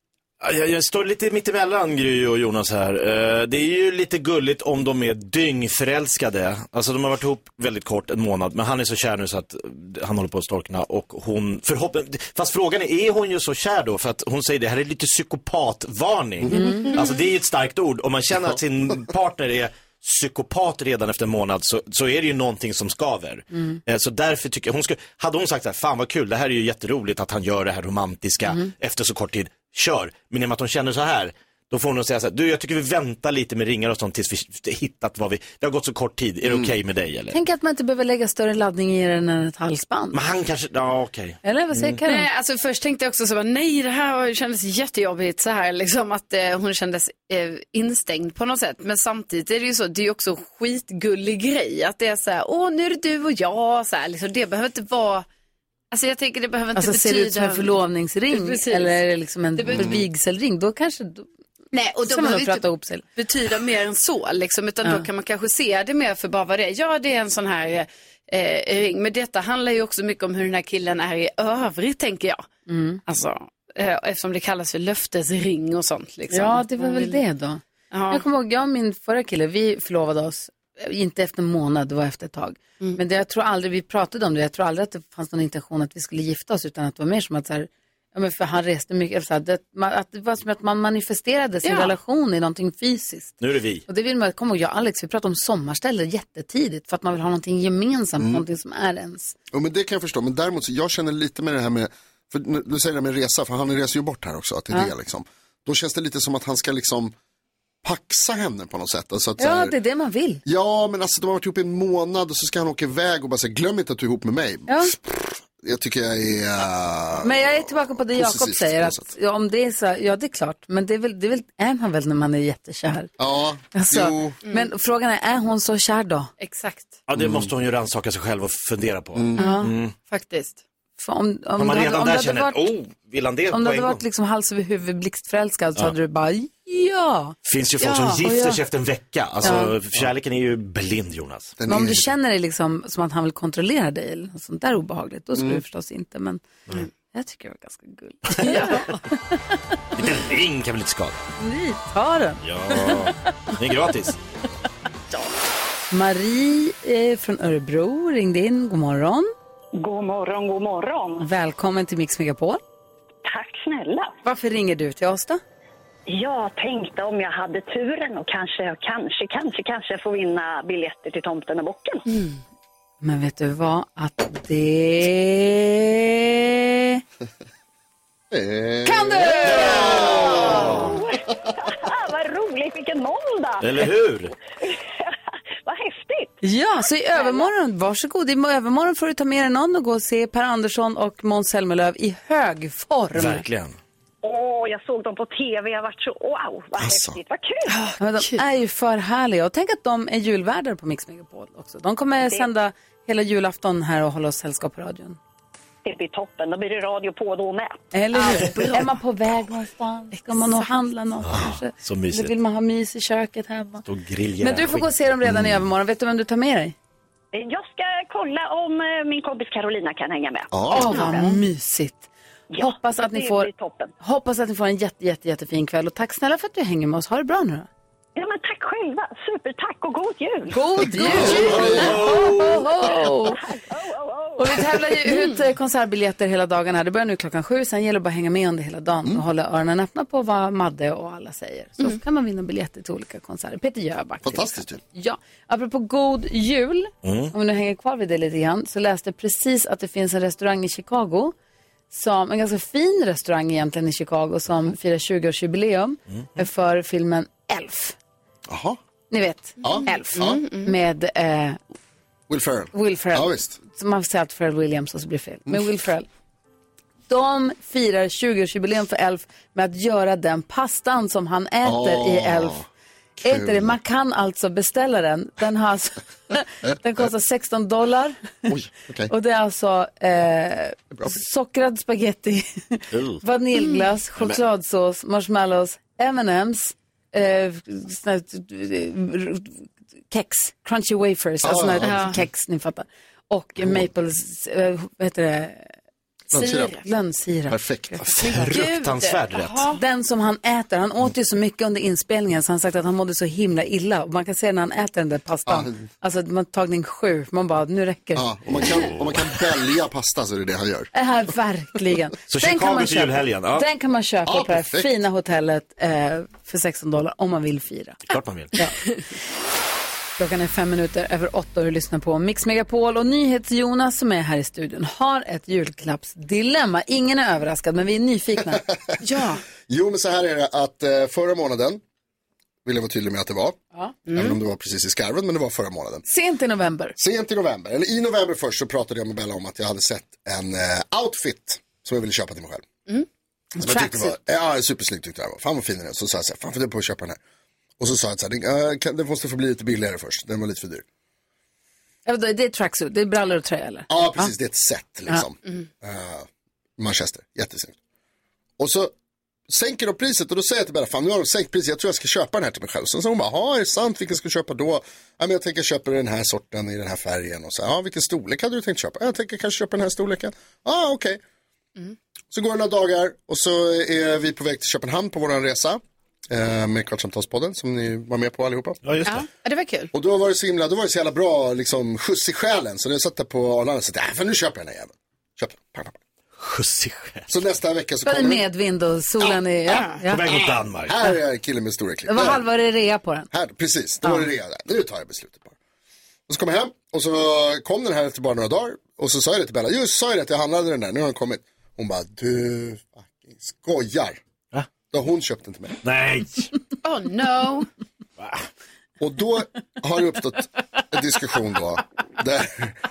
Jag, jag står lite mitt emellan Gry och Jonas här. Uh, det är ju lite gulligt om de är dyngförälskade. Alltså de har varit ihop väldigt kort, en månad. Men han är så kär nu så att han håller på att storkna. Och hon, förhoppning... Fast frågan är, är hon ju så kär då? För att hon säger det här är lite psykopatvarning. Mm. Alltså det är ju ett starkt ord. Om man känner att sin partner är psykopat redan efter en månad så, så är det ju någonting som skaver. Mm. Eh, så därför tycker jag, hon skulle, hade hon sagt så här, fan vad kul, det här är ju jätteroligt att han gör det här romantiska mm. efter så kort tid. Kör, men i och med att hon känner så här, då får hon nog säga så här, du jag tycker vi väntar lite med ringar och sånt tills vi hittat vad vi, det har gått så kort tid, är det mm. okej okay med dig eller? Tänk att man inte behöver lägga större laddning i den än ett halsband. Men han kanske, ja okej. Okay. Eller vad säger mm. Karin? Nej, alltså först tänkte jag också så här, nej det här kändes jättejobbigt så här, liksom att eh, hon kändes eh, instängd på något sätt. Men samtidigt är det ju så, det är ju också en skitgullig grej att det är så här, åh nu är det du och jag, så här, liksom, det behöver inte vara. Alltså jag tänker det behöver inte alltså, betyda... Alltså ser det ut som en förlovningsring Precis. eller är det liksom en det vigselring, då kanske... Då... Nej, och då behöver det inte ihop sig. Betyda mer än så, liksom, utan ja. Då kan man kanske se det mer för bara vad det är. Ja, det är en sån här eh, ring, men detta handlar ju också mycket om hur den här killen är i övrigt, tänker jag. Mm. Alltså, eh, eftersom det kallas för löftesring och sånt. Liksom. Ja, det var väl det då. Ja. Jag kommer ihåg, jag och min förra kille, vi förlovade oss. Inte efter en månad, det var efter ett tag. Mm. Men det, jag tror aldrig, vi pratade om det, jag tror aldrig att det fanns någon intention att vi skulle gifta oss, utan att det var mer som att så här, ja, men för han reste mycket, så här, det, att det var som att man manifesterade sin ja. relation i någonting fysiskt. Nu är det vi. Och det vill man, kommer ihåg, jag och Alex, vi pratade om sommarställe jättetidigt för att man vill ha någonting gemensamt, mm. någonting som är ens. Ja, men det kan jag förstå, men däremot, jag känner lite med det här med, för du säger det med resa, för han reser ju bort här också, att det är ja. det liksom. Då känns det lite som att han ska liksom paxa henne på något sätt. Alltså att, ja, här, det är det man vill. Ja, men alltså de har varit ihop i en månad och så ska han åka iväg och bara säga, glöm inte att du är ihop med mig. Ja. Jag tycker jag är... Uh, men jag är tillbaka på det Jakob säger. Att, ja, om det är så, ja det är klart. Men det är väl, det är väl, är man väl när man är jättekär. Ja, alltså, mm. Men frågan är, är hon så kär då? Exakt. Ja, det måste hon ju rannsaka sig själv och fundera på. Mm. Ja, mm. faktiskt. För om, om, om man redan om där det känner, varit, oh, vill han det om på det en hade gång? varit liksom hals över huvud blixtförälskad, så ja. hade du bara, ja. Finns ju folk ja, som gifter ja. sig efter en vecka. Alltså, ja. kärleken är ju blind, Jonas. Den men om du känner dig liksom som att han vill kontrollera dig eller något sånt där obehagligt, då skulle mm. du förstås inte, men mm. jag tycker det var ganska gulligt. Ja. Lite ring kan väl inte skada. Ni tar den. Ja, det är gratis. Ja. Marie eh, från Örebro ringde in, god morgon. God morgon, god morgon. Välkommen till Mix Megapol. Tack snälla. Varför ringer du till oss då? Jag tänkte om jag hade turen och kanske, kanske, kanske, kanske få vinna biljetter till Tomten och bocken. Mm. Men vet du vad? Att det... kan du! Ja! Vad roligt, vilken måndag! Eller hur? Vad häftigt! Ja, så i övermorgon, varsågod. I övermorgon får du ta med dig någon och gå och se Per Andersson och Måns Zelmerlöw i hög form. Verkligen. Åh, jag såg dem på tv, jag har varit så, wow, vad alltså. häftigt, vad kul! Ja, men de är ju för härliga. Och tänk att de är julvärdar på Mix Megapol också. De kommer det... sända hela julafton här och hålla oss sällskap på radion. Det blir toppen, då blir det radio på då med. Eller hur? Är man på väg någonstans? Ska man nog handla något ah, kanske? Så mysigt. Eller vill man ha mys i köket hemma? Men du får gå och se dem redan mm. i övermorgon. Vet du vem du tar med dig? Jag ska kolla om min kompis Carolina kan hänga med. Åh, oh, vad mysigt. Ja, hoppas, att ni får, hoppas att ni får en jätte, jätte, jättefin kväll. Och tack snälla för att du hänger med oss. Ha det bra nu då. Ja, men tack själva. Supertack och god jul. God jul! ho, ho, ho. Och vi tävlar ju ut konsertbiljetter hela dagen här. Det börjar nu klockan sju. Sen gäller det bara att hänga med under hela dagen. Mm. Och hålla öronen öppna på vad Madde och alla säger. Så mm. kan man vinna biljetter till olika konserter. Peter Jöback. Fantastiskt ju. Ja. Apropå god jul. Mm. Om vi nu hänger kvar vid det lite grann. Så läste precis att det finns en restaurang i Chicago. Som en ganska fin restaurang egentligen i Chicago. Som firar tjugo-årsjubileum. Mm. För filmen Elf. Jaha. Ni vet, ja. Elf. Mm. Mm. Med eh, Will Ferrell. Will Ferrell. Ja, visst. Som man får säga att Ferrell Williams och så blir fel. Men Will Ferrell. De firar tjugo-årsjubileum för Elf med att göra den pastan som han äter oh, i Elf. Äter det. Man kan alltså beställa den. Den, har alltså, den kostar sexton dollar. Oj, okay. Och det är alltså eh, sockrad spaghetti, vaniljglass, chokladsås, marshmallows, M and M's. Uh, kex, crunchy wafers, oh, alltså oh, oh. kex, ni fattar. Och oh. maple, uh, vad heter det? Lönnsirap. Lönnsirap. Perfekt. Fruktansvärt rätt. Den som han äter, han åt ju så mycket under inspelningen så han sagt att han mådde så himla illa. Och man kan se när han äter den där pastan, Ja. alltså man tagning sju, man bara, nu räcker det. Ja, om man kan, om man kan bälja pasta så är det det han gör. Det här verkligen. Så Den kan Chicago man till köpa. julhelgen. Ja. Den kan man köpa Ja, på det här perfekt. fina hotellet eh, för sexton dollar om man vill fira. Klart man vill. Ja. Klockan är fem minuter över åtta och du lyssnar på Mix Megapol och NyhetsJonas som är här i studion har ett julklappsdilemma. Ingen är överraskad men vi är nyfikna. Ja. Jo, men så här är det att eh, förra månaden vill jag vara tydlig med att det var. Ja. Även om det var precis i skarven, men det var förra månaden. Sent i november. Sent i november, eller i november först så pratade jag med Bella om att jag hade sett en eh, outfit som jag ville köpa till mig själv. Mm. Som jag tyckte var, ja, supersnygg tyckte jag var. Fan vad fin den är. Så sa jag så här, fan får jag på att köpa den här. Och så sa jag så här, den, kan, den måste få bli lite billigare först. Den var lite för dyr. Ja, det är tracksuit, det är brallor och tröja eller? Ja, precis. Det är ett set liksom. Ja. Mm. Uh, Manchester, jättesnyggt. Och så sänker de priset och då säger jag till Bella, fan nu har de sänkt priset, jag tror jag ska köpa den här till mig själv. Så hon bara, ja är det sant, vilken ska du köpa då? Ja men jag tänker köpa den här sorten i den här färgen. Och så, ja vilken storlek hade du tänkt köpa? Ja, jag tänker kanske köpa den här storleken. Ja okej. Okay. Mm. Så går det några dagar och så är vi på väg till Köpenhamn på våran resa. Eh, med Kvartsamtalspodden som ni var med på allihopa. Ja just det. Ja, det var kul. Och då var det så himla, då var det så jävla bra liksom skjuts i själen. Så när jag satt där på Arlanda så tänkte jag, för nu köper jag den här jäveln. Köp den, pang, pang. Skjuts i själen. Så nästa vecka så Var det kommer medvind och solen är... Ja, ja. På väg mot Danmark. Här är en kille med stora klipp. Det var Där. halva det rea på den. Här, precis, det var det rea där. Nu tar jag beslutet bara. Och så kom jag hem och så kom den här efter bara några dagar. Och så sa jag det till Bella, just sa jag det att jag handlade den där, nu har den kommit. Hon bara, du fucking skojar. Va? Då har hon köpt den till mig. Nej. Oh no. Och då har det uppstått en diskussion då. Där...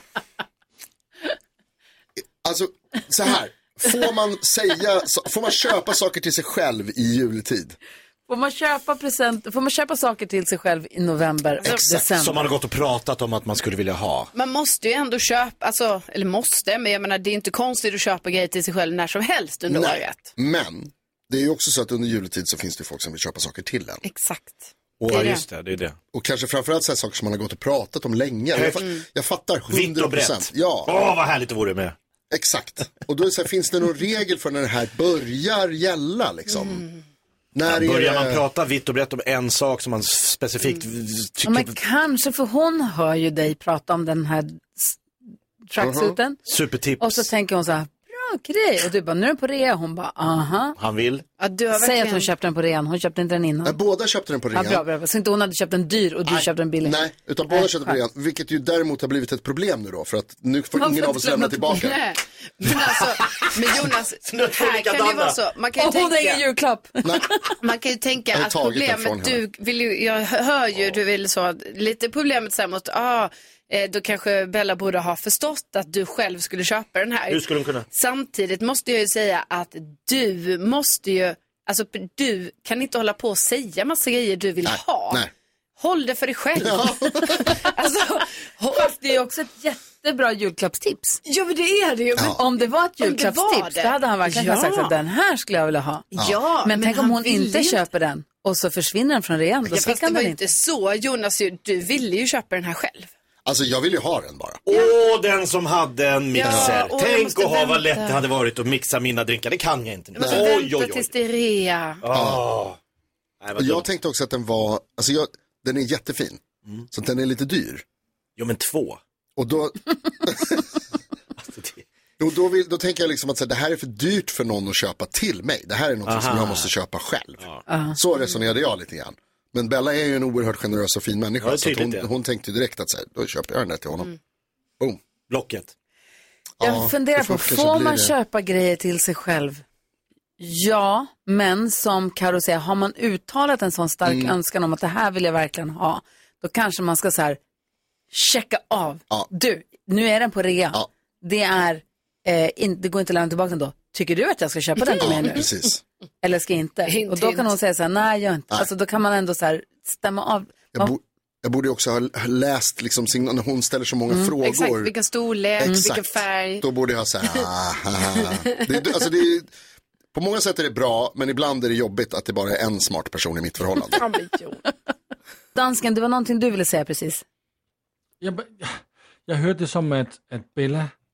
Alltså, så här. Får man säga, får man köpa saker till sig själv i juletid? Får man köpa present, får man köpa saker till sig själv i november och december? Som man har gått och pratat om att man skulle vilja ha. Man måste ju ändå köpa, alltså, eller måste, men jag menar det är inte konstigt att köpa grejer till sig själv när som helst under Nej, året. men det är ju också så att under juletid så finns det folk som vill köpa saker till en. Exakt. Och, Ja just det, det är det. och kanske framförallt så här saker som man har gått och pratat om länge. Jag, fa- jag fattar Vitt hundra och brett. procent. Ja. Åh vad härligt det vore med. Exakt. Och då är det så här, finns det någon regel för när det här börjar gälla liksom? Mm. När Ja, börjar är det... man prata vitt och brett om en sak som man specifikt Mm. tycker... Ja, men kanske, för hon hör ju dig prata om den här s- tracksuiten. Supertips. Och så tänker hon så här, bra grej. Och du bara, nu är den på rea. Hon bara, aha. Han vill. Ja, du har Säg verkligen... att hon köpte den på rean. Hon köpte inte den innan. Nej, båda köpte den på Ja, rean. bra, bra, bra. Så inte hon hade köpt en dyr och du Nej. köpte en billig. Nej, utan båda köpte på rean. Vilket ju däremot har blivit ett problem nu då. För att nu får Man ingen får av oss inte lämna lämna tillbaka. Nej, men alltså, men Jonas, här kan det ju vara så. Man kan ju Och hon har ingen tänka, julklapp. man kan ju tänka Jag har att tagit den från problemet, du vill ju, jag hör ju, du vill så, lite problemet så här mot, ah, eh, då kanske Bella borde ha förstått att du själv skulle köpa den här. Hur skulle hon kunna? Samtidigt måste jag ju säga att du måste ju, alltså du kan inte hålla på och säga massa grejer du vill Nej, ha. nej. Håll det för dig själv. alltså, Fast det är också ett jättebra julklappstips. ja men det är det ju. Men, Om det var ett Om det var julklappstips, det. då hade han verkligen Ja. sagt att den här skulle jag vilja ha. ja, Men, tänk om han hon ville inte ju köper den och så försvinner den från rean. Då Ja, fick fast det han var den ju inte. inte så, Jonas, ju- du ville ju köpa den här själv. Alltså jag vill ju ha den bara. Åh, den som hade en mixer. Ja, åh, jag Tänk måste att ha vad vänta. lätt det hade varit att mixa mina drinkar. Det kan jag inte nu. Jag måste Oj, vänta oj, oj. tills det är rea. Åh. Nej, Och vad jag dumt. tänkte också att den var, alltså jag, den är jättefin. Så att den är lite dyr. Jo, men två. Och då, Alltså, det... och då, vill, då tänker jag liksom att så här, det här är för dyrt för någon att köpa till mig. Det här är något som Aha. jag måste köpa själv. Ja. Så resonerade jag lite grann. Men Bella är ju en oerhört generös och fin människa. Ja, det är så att tydligt hon, det. hon tänkte ju direkt att så här, då köper jag den där till honom. Boom. Blocket. Ja, Jag funderar det på, kanske får blir man det. köpa grejer till sig själv? Ja, men som Karo säger, har man uttalat en sån stark Mm. önskan om att det här vill jag verkligen ha, då kanske man ska så här checka av. Ja. Du, nu är den på rea. Ja. Det är, eh, in, det går inte att lämna tillbaka den då. Tycker du att jag ska köpa den till mig Ja, nu? precis. Eller ska jag inte? Hint, Och då kan hint. hon säga så här, nej, gör inte. Nej. Alltså då kan man ändå så här stämma av. Jag, bo, jag borde också ha läst liksom signal, när hon ställer så många Mm. frågor. Exakt, vilken storlek, Exakt. vilken färg. Då borde jag ha sagt, ah, ah, ah. det, är- alltså det är, på många sätt är det bra, men ibland är det jobbigt att det bara är en smart person i mitt förhållande. Ja, men jo. Dansken, det var någonting du ville säga precis. Jag, jag hørte det som, at, at Bella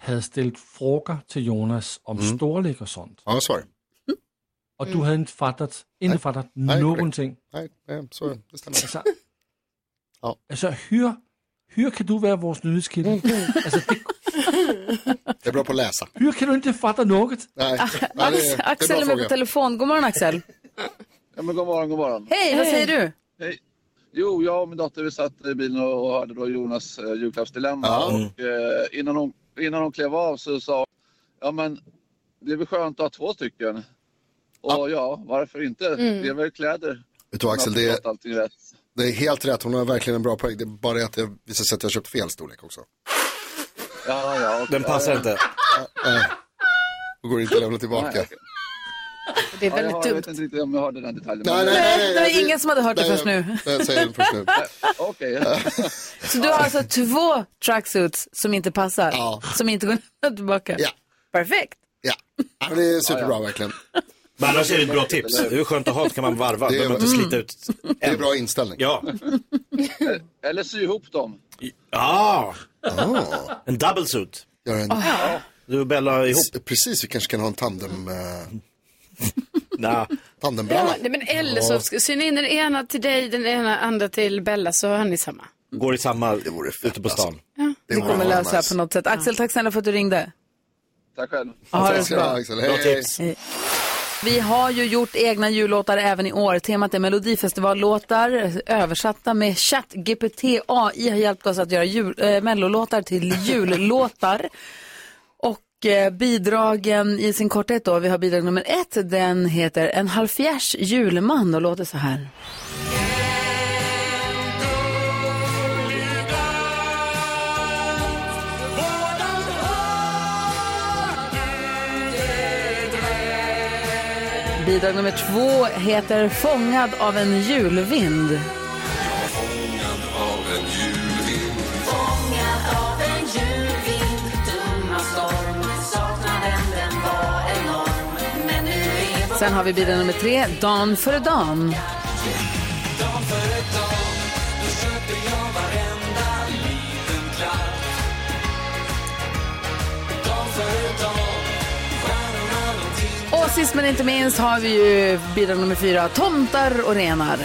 hade ställt frågor till Jonas om mm. storlek och sånt. Ja, sorry. Och mm. du hade inte fattat, inte fattat nej, någonting. Nej, nej, så det stämmer. Alltså, ja. alltså hur, hur kan du vara vår nyhetskille? Mm. Alltså, det... Jag är bra på att läsa. Hur kan du inte fatta något? Nej. Ah, ja, det är, Axel är med på telefon. God morgon, Axel. Ja, men god morgon, god morgon. Hej, hey, vad säger du? Hej. Jo, jag och min dotter vi satt i bilen och hörde då Jonas eh, julklappsdilemma. Ja. Och eh, innan, hon, innan hon klev av så sa ja men det är väl skönt att ha två stycken. Och ja, ja varför inte? Mm. Det är väl kläder. Vet du Axel, det är, det är helt rätt. Hon har verkligen en bra poäng. Det är bara det att jag visar sig att jag har köpt fel storlek också. Ja, ja. Okay. Den passar ja, inte. Nej. Då går det inte att lämna tillbaka. Nej, okay. Det är väldigt ja, jag, dumt. jag vet inte riktigt om jag hörde den detaljen. Nej, nej, nej, nej, det är ingen som hade hört nej, det först nu. Jag säger det först nu. Okej. Så du har alltså två tracksuits som inte passar? Ja. Som inte går tillbaka? Ja. Perfekt. Ja, ja det är superbra ja, ja. verkligen. Men annars är det ett bra tips. Det är skönt att ha, så kan man varva. Det är, man inte slita ut. Det är en bra inställning. Ja. Eller sy ihop dem. Ja. Ah. En double suit. Gör en... Oh. Du och Bella ihop. Precis, vi kanske kan ha en tandem... Uh... nah. Tandembralla. Ja, men eller så ska syn in den ena till dig, den ena andra till Bella, så har ni samma. Går i samma det vore fett, ute på stan. Alltså. Ja. Det, det kommer lösa nice. På något sätt. Axel, tack snälla för att du ringde. Tack själv. Ja, tack ska Axel. Hej, tips. Hej. Vi har ju gjort egna jullåtar även i år. Temat är Melodifestivallåtar översatta med ChatGPT. A I har hjälpt oss att göra jul, äh, mellolåtar till jullåtar. Och eh, bidragen i sin korthet då, vi har bidrag nummer ett. Den heter En halvfjärs julman och låter så här. Bidrag nummer två heter Fångad av en julvind. Jag fångad av en julvind. Fångad av en julvind. Dumma storm. Saknaden den var enorm. Men nu är... Sen har vi bidrag nummer tre, Dan för dan. Dan för dan. Då köper jag varenda liten klapp. Dan för dan. Och sist men inte minst har vi ju bidrag nummer fyra, Tomtar och renar.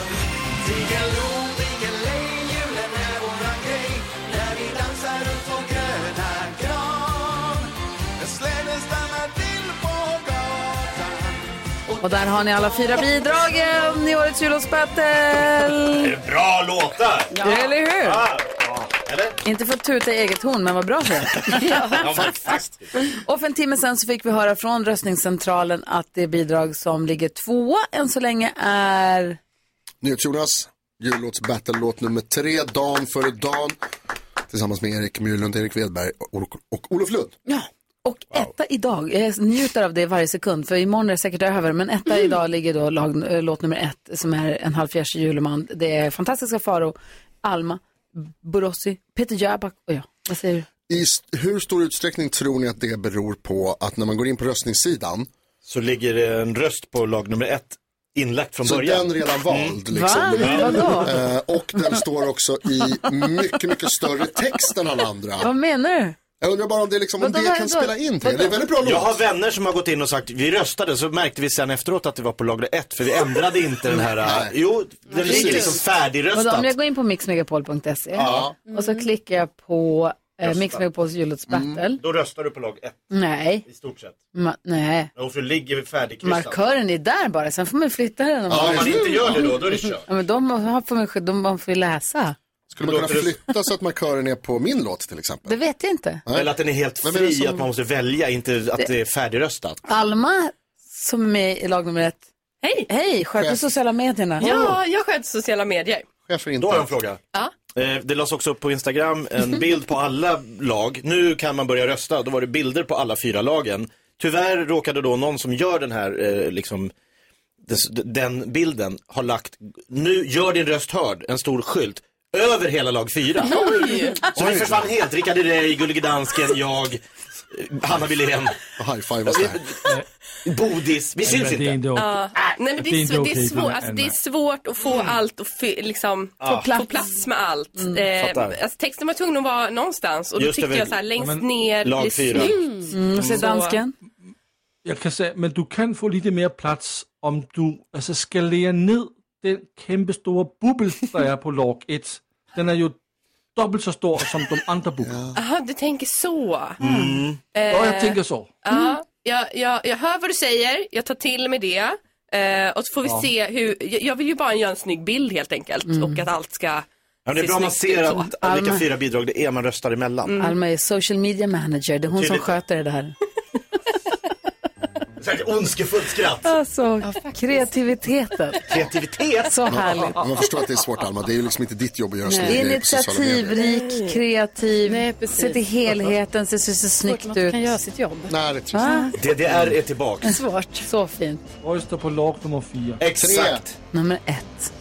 Och där har ni alla fyra bidragen i årets jullåtsbattle. Det är bra låtar. Ja. Eller hur? Ja. Eller? Inte för att tuta i eget horn, men vad bra för det. Ja, och för en timme sen så fick vi höra från röstningscentralen att det bidrag som ligger tvåa än så länge är... NyhetsJonas, jullåtsbattle låt nummer tre, Dan före Dan. Tillsammans med Erik Myrlund, Erik Wedberg och, och Olof Lund. Ja, och wow. Etta idag. Jag njuter av det varje sekund, för imorgon är det säkert över. Men etta mm. idag ligger då lag, låt nummer ett, som är En halvfjärs julman. Det är fantastiska Faro, Alma, Borossi, Peter Jöback och jag. Vad säger du? I st- hur stor utsträckning tror ni att det beror på att när man går in på röstningssidan så ligger det en röst på lag nummer ett inlagt från så början? Så den redan vald mm. liksom. Va? Eh, och den står också i mycket, mycket större text än alla andra. Vad menar du? Jag undrar bara om det, liksom, om det kan då? spela in till. Det är väldigt bra låt. Jag har vänner som har gått in och sagt, vi röstade, så märkte vi sen efteråt att det var på lag ett, för vi ändrade inte den här. Nej. Jo, den ligger liksom färdigröstad. Om jag går in på mixmegapol punkt se ja. och så klickar jag på eh, Mix Megapols jullåtsbattle. Mm. Då röstar du på lag ett. Nej. I stort sett. Ma- nej. Och för det ligger färdigkryssat. Markören är där bara, sen får man flytta den. Ja, om man inte gör det då, då är det kört. Ja, men de får man, de, de får läsa. Skulle man kunna flytta så att markören är på min låt till exempel? Det vet jag inte. Nej. Eller att den är helt fri, är som... att man måste välja, inte att det, det är färdigröstat. Alma, som är med i lag nummer ett. Hej! Hej, sköter Chef. sociala medierna. Ja, jag sköter sociala medier. Chefer inte. Då har jag en fråga. Ja. Det lades också upp på Instagram en bild på alla lag. Nu kan man börja rösta. Då var det bilder på alla fyra lagen. Tyvärr råkade då någon som gör den här liksom, den bilden har lagt, nu gör din röst hörd, en stor skylt över hela lag fyra. Oj. Så det försvann helt. Rickard Herrey, Gullige Dansken, jag. Hanna Wilén. High-five Bodis, vi syns inte. inte ja. Nej, men det, är, svår, det, är svår, alltså, det är svårt att få mm. allt och f- liksom, ja. få, plats. få plats med allt. Mm. Eh, alltså, texten var tvungen att vara någonstans. Och då Just tyckte det, jag så här, längst men, ner lag blir fyra. snyggt. Mm. Och så dansken. Jag kan säga, men du kan få lite mer plats om du alltså, skalerar ner den kæmpe stora bubbel där är på lag ett. Den är ju dubbelt så stor som de andra bubblorna. Jaha, du tänker så. Mm. Eh, ja, jag tänker så. Ja, mm. jag, jag, jag hör vad du säger. Jag tar till med det. Eh, och så får vi ja. se hur... Jag, jag vill ju bara göra en snygg bild helt enkelt. Mm. Och att allt ska... Ja, det är bra man ser att Alma... vilka fyra bidrag det är man röstar emellan. Mm. Alma är social media manager. Det är hon Tydligt. som sköter det här. Säkert ondskefullt skratt. Alltså, ja, kreativiteten. Kreativitet? Så härligt. Man förstår att det är svårt, Alma. Det är ju liksom inte ditt jobb att göra sådana grejer på sociala medier. Initiativrik, kreativ, Nej, ser till helheten, ser så, så snyggt ut. Man kan göra sitt jobb. Nej, det är trist. D D R är tillbaka. Svårt. Så fint. Rösta på lag nummer fyra. Exakt. Nummer ett.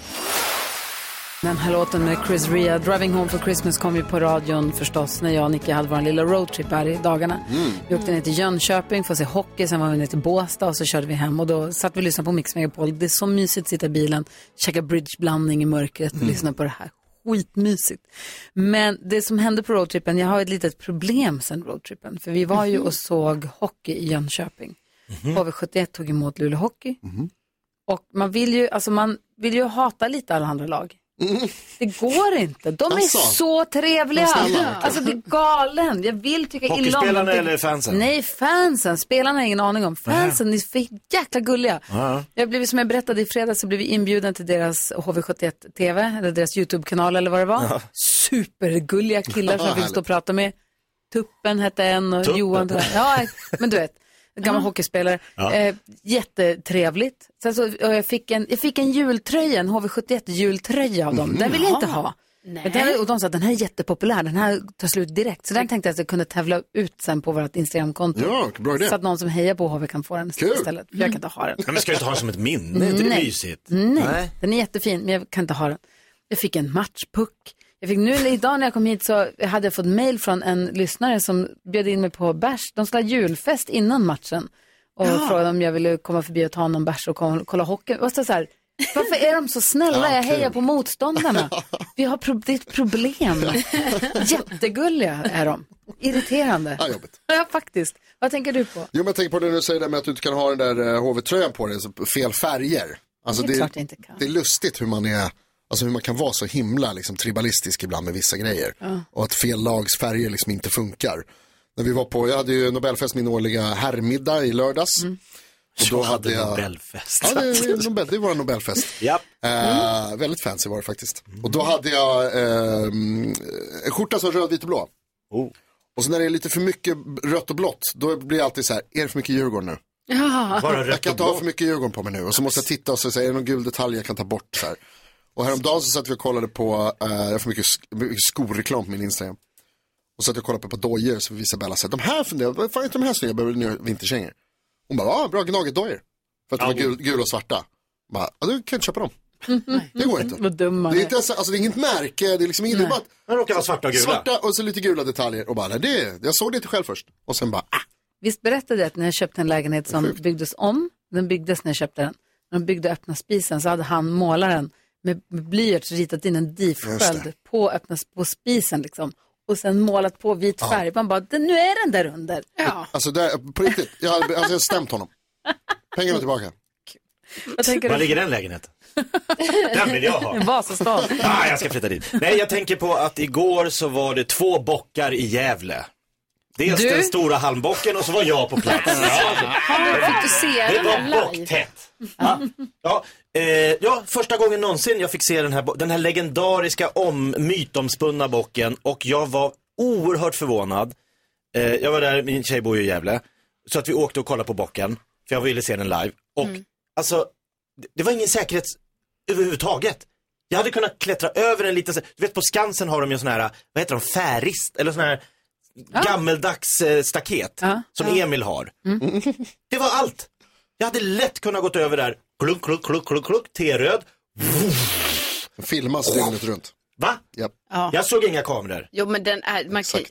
Den här låten med Chris Rea, Driving Home for Christmas, kom ju på radion förstås när jag och Nicky hade vår lilla roadtrip här i dagarna. Mm. Vi åkte ner till Jönköping för att se hockey, sen var vi ner till Båstad och så körde vi hem och då satt vi och lyssnade på Mix Megapol. Det är så mysigt att sitta i bilen, käka bridgeblandning i mörkret och mm. lyssna på det här. Skitmysigt. Men det som hände på roadtrippen, jag har ett litet problem sen roadtrippen, för vi var ju och såg hockey i Jönköping. Mm. H V sjuttioett tog emot Luleå Hockey. Mm. Och man vill ju, alltså man vill ju hata lite alla andra lag. Mm. Det går inte. De är alltså, så trevliga. Alltså det är galen. Jag vill tycka illa om hockeyspelarna eller fansen? Nej, fansen. Spelarna har ingen aning om. Fansen är för jäkla gulliga. Uh-huh. Jag blev, som jag berättade i fredags, så blev vi inbjuden till deras H V sjuttioett T V eller deras YouTube-kanal eller vad det var. Uh-huh. Supergulliga killar som jag fick stå och prata med. Tuppen hette en och Tuppen. Johan. Ja, men du vet. Gammal hockeyspelare. Ja. Eh, jättetrevligt. Sen så, och jag, fick en, jag fick en jultröja, en H V sjuttioett jultröja av dem. Mm. Den vill jag inte ha. Men den, och de sa att den här är jättepopulär, den här tar slut direkt. Så den tänkte jag att jag kunde tävla ut sen på vårt Instagramkonto. Ja, bra idé. Så att någon som hejar på H V kan få den Kul. istället. För jag kan inte ha den. Men ska du inte ha den som ett minne? Är inte det mysigt? Nej. Nej, den är jättefin, men jag kan inte ha den. Jag fick en matchpuck. Jag fick nu idag när jag kom hit så hade jag fått mejl från en lyssnare som bjöd in mig på bärs. De skulle ha julfest innan matchen. Och ja. frågade om jag ville komma förbi och ta någon bärs och kolla hockey. Och så så här, varför är de så snälla? Jag hejar på motståndarna. Vi har pro- det är ett problem. Jättegulliga är de. Irriterande. Ja, jobbigt. Ja, faktiskt. Vad tänker du på? Jo, men jag tänker på det du säger där med att du inte kan ha den där H V-tröjan på dig. Så fel färger. Alltså, det är det, klart jag inte kan. Det är lustigt hur man är... Alltså hur man kan vara så himla liksom, tribalistisk ibland med vissa grejer. Ja. Och att fel lags färger liksom inte funkar. När vi var på, jag hade ju Nobelfest, min årliga herrmiddag i lördags. Mm. Och då jag hade jag Nobelfest. Ja, det är, Nobel, det var en Nobelfest. Japp. Eh, mm. Väldigt fancy var det faktiskt. Mm. Och då hade jag eh, en skjorta som röd, vit och blå. Oh. Och så när det är lite för mycket rött och blått, då blir det alltid så här, är det för mycket Djurgården nu? Ja. Bara jag kan inte ha för mycket Djurgården på mig nu. Och så måste jag titta och så säger är det någon gul detalj jag kan ta bort så här. Och häromdagen så satt vi och kollade på, eh, jag har för mycket, mycket skoreklam på min Instagram. Och så att jag kollade på ett par dojor så visade Bella så att de här funderar, vad fan är de här snygga, jag behöver nya vinterkängor. Hon bara, ja bra gnaget-dojor. För att de var gul, gul och svarta. Bara, ja du kan inte köpa dem. Det går inte. Vad dumma. Det är inte ens, alltså det är inget märke, det är liksom inget, bara de råkar vara svarta och gula. Svarta och så lite gula detaljer och bara, det, jag såg det inte själv först. Och sen bara, ah. Visst berättade jag att när jag köpte en lägenhet som byggdes om, den byggdes när jag köpte den. När de byggde öppna spisen så hade han målaren med blyerts ritat in en difsköld på öppna på spisen liksom. Och sen målat på vit färg. Ja. Man bara, nu är den där under. Ja. Alltså där, på riktigt, jag hade alltså, jag stämt honom. Pengarna tillbaka. Vad tänker Var du? ligger den lägenheten? Den vill jag ha. En Vasastad. Ah, jag ska flytta dit. Nej, jag tänker på att igår så var det två bockar i Gävle. Dels du? Den stora halmbocken och så var jag på plats. Ja. Fick du se det var bocktätt. Ja. Ja, eh, ja, första gången någonsin jag fick se den här, den här legendariska om, mytomspunna bocken. Och jag var oerhört förvånad. Eh, jag var där, min tjej bor ju i Gävle. Så att vi åkte och kollade på bocken. För jag ville se den live. Och mm. alltså, det var ingen säkerhet överhuvudtaget. Jag hade kunnat klättra över en liten, du vet på Skansen har de ju sån här, vad heter de, färist eller sån här ja. gammeldags eh, staket ja. som ja. Emil har. Mm. Det var allt. Jag hade lätt kunnat gått över där. Klunk, klunk, klunk, klunk, klunk, T-röd. Filmas dygnet runt. Va? Yep. Ja. Jag såg inga kameror. Jo, men den är, man kan,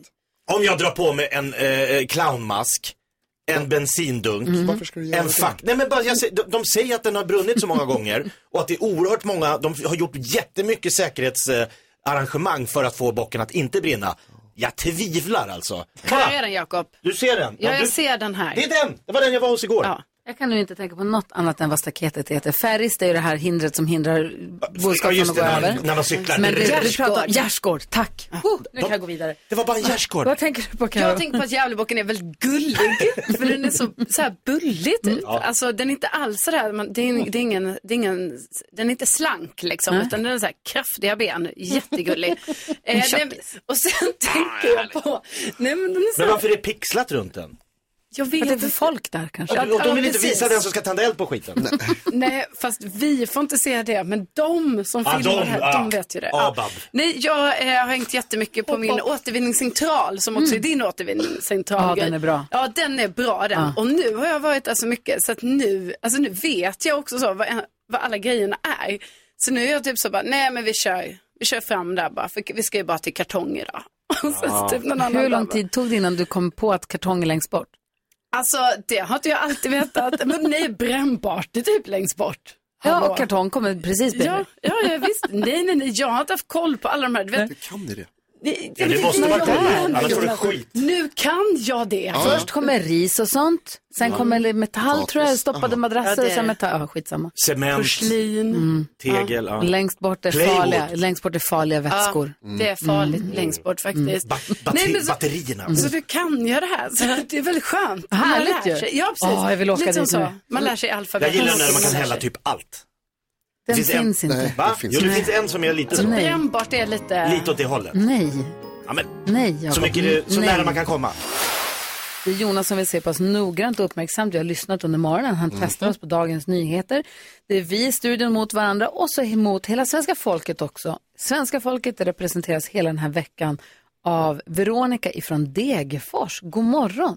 Om jag drar på mig en eh, clownmask, en bensindunk, Mm. Varför ska du göra en det? fack... Nej, men bara, jag säger, de, de säger att den har brunnit så många gånger och att det är oerhört många, de har gjort jättemycket säkerhetsarrangemang för att få bocken att inte brinna. Jag tvivlar alltså. Här är den, Jakob. Du ser den? Ja, jag du... ser den här. Det är den! Det var den jag var hos igår. Ja. Jag kan nu inte tänka på något annat än vad staketet heter. Färrist är ju det här hindret som hindrar boskap Ja, från just att det, gå när, över. när man cyklar. Men det, det, du pratar om gärdsgård, tack. Oh, nu kan jag gå vidare. Det var bara en gärdsgård. Vad tänker du på, Karo? Jag tänker på att Gävlebocken är väldigt gullig. För den är så, så här bullig typ. Ja. Alltså den är inte alls så där, man, det, är, det, är ingen, det är ingen, den är inte slank liksom. Nej. Utan den är så här kraftiga ben, jättegullig. eh, den, och sen tänker jag på... Nej, men, den är så Men här, varför är det pixlat runt den? jag vet Vad är det inte. för folk där kanske? Ja, och de vill ja, inte precis. visa den som ska tända eld på skiten. Nej, fast vi får inte se det. Men de som Ah, filmar de, det här, ah. de vet ju det. Ah, Bab. Nej, jag eh, har hängt jättemycket på min återvinningscentral, som också är din återvinningscentral. Ja, den är bra. Ja, den är bra den. Ja. Och nu har jag varit alltså mycket, så att nu, alltså nu vet jag också så vad, vad alla grejerna är. Så nu är jag typ så bara, nej men vi kör, vi kör fram där bara, för vi ska ju bara till kartong idag. Och sen Ja. typ någon annan Hur lång dag. tid tog det innan du kom på att kartong är längst bort? Alltså, det har inte jag alltid vetat. Men nej, brännbart, det är typ längst bort. Ja, Hallå. och kartong kommer precis bredvid. Ja, ja, ja, visst. Nej, nej, nej. Jag har inte haft koll på alla de här. Du vet, Kan ni det? det, Ja, det måste vara koll, annars får du skit. Nu kan jag det. Först kommer ris och sånt. Sen kommer metall, tror jag. Stoppade madrasser. Ja, det är och sen det. metall. Ja, skitsamma. Cement, Porslin. tegel, ja. Längst bort är Plywood. farliga, längst bort är farliga vätskor. Ja, det är farligt längst bort faktiskt. Ba- batter- Nej, men så- batterierna. Så du kan göra det här. Så det är väldigt skönt. Man Härligt lär ju. sig. Ja, precis. Åh, jag vill åka Lite som dit så. nu. Man lär sig alfabet. Jag gillar när man kan lär hälla sig. typ allt. Den finns finns, en- inte. Nej, Va? det finns Jo, det inte. finns en som är lite så. Nej. Brännbart är lite... Lite åt det hållet. Nej, Ja, men, nej. Jakob. så mycket det, så Nej. nära man kan komma. Det är Jonas som vill se på oss noggrant och uppmärksamt. Vi har lyssnat under morgonen. Han testar oss på dagens nyheter. Det är vi i studion mot varandra och så emot hela svenska folket också. Svenska folket representeras hela den här veckan av Veronica ifrån Degerfors. God morgon.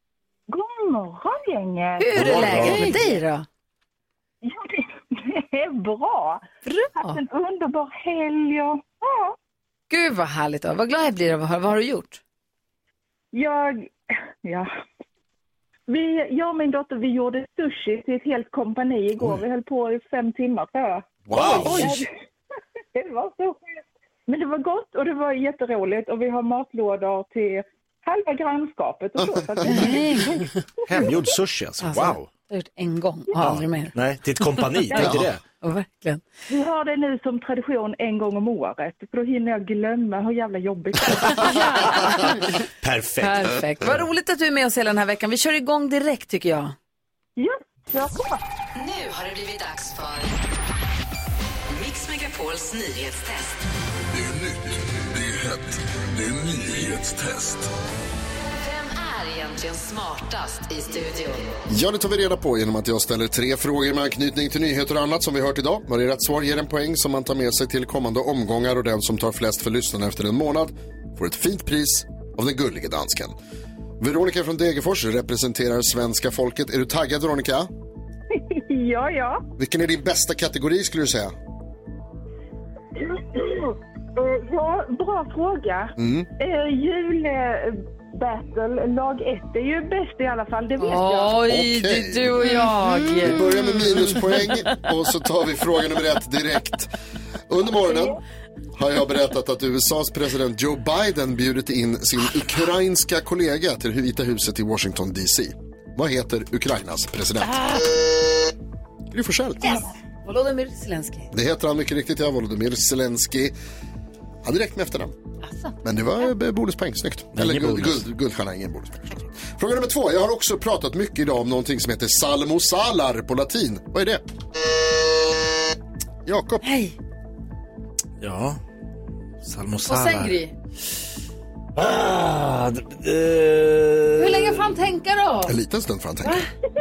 God morgon, gänget. Hur är läget med dig då? Jo, det, det är bra. Bra. Haft en underbar helg och ja. Gud vad härligt. Då. Vad glad jag blir. Vad har, vad har du gjort? Jag, ja. Vi, jag och min dotter, vi gjorde sushi till ett helt kompani igår. Oj. Vi höll på i fem timmar, tror jag. Wow! Oj. Det var så sjukt. Men det var gott och det var jätteroligt. Och vi har matlådor till halva grannskapet och så. så att Nej. Hemgjord sushi alltså. Alltså, Wow. Jag har gjort en gång och aldrig mer. Nej, till ett kompani. Tänk dig det. Ja, verkligen. Vi har det nu som tradition en gång om året. För då hinner jag glömma hur jävla jobbigt det är. Perfekt. Perfekt. Vad roligt att du är med oss hela den här veckan. Vi kör igång direkt tycker jag. Ja, kör på. Nu har det blivit dags för Mix Megapols nyhetstest. Det är nytt, det är hett, det är nyhetstest. Vem är egentligen smartast i studion? Ja, det tar vi reda på genom att jag ställer tre frågor med anknytning till nyheter och annat som vi hört idag. Varje rätt svar ger en poäng som man tar med sig till kommande omgångar och den som tar flest för lyssnarna efter en månad får ett fint pris av den gulliga dansken. Veronica från Degerfors representerar svenska folket. Är du taggad, Veronica? Ja, ja. Vilken är din bästa kategori skulle du säga? Eh, Ja, bra fråga. Mm. Uh, Julbattle, lag ett är ju bäst i alla fall, det vet jag. Oj, Okej. det är du och jag. Vi börjar med minuspoäng och så tar vi fråga nummer ett direkt. Under morgonen har jag berättat att U S A:s president Joe Biden bjudit in sin ukrainska kollega till Vita huset i Washington D C. Vad heter Ukrainas president? Gry Forssell. Yes. Volodymyr Zelensky. Det heter han mycket riktigt, ja, Volodymyr Zelensky. Hade räckt med efternamn. Alltså. Men det var eh, bonuspoäng, snyggt. Eller Ingen guld, bonus. guld, guldstjärna, ingen bonuspoäng. Fråga nummer två. Jag har också pratat mycket idag om någonting som heter salmosalar på latin. Vad är det? Jakob. Hej. Ja. Och Salmosalar. sen Gry. Ah, d- d- Hur länge får han tänka då? En liten stund får han tänka.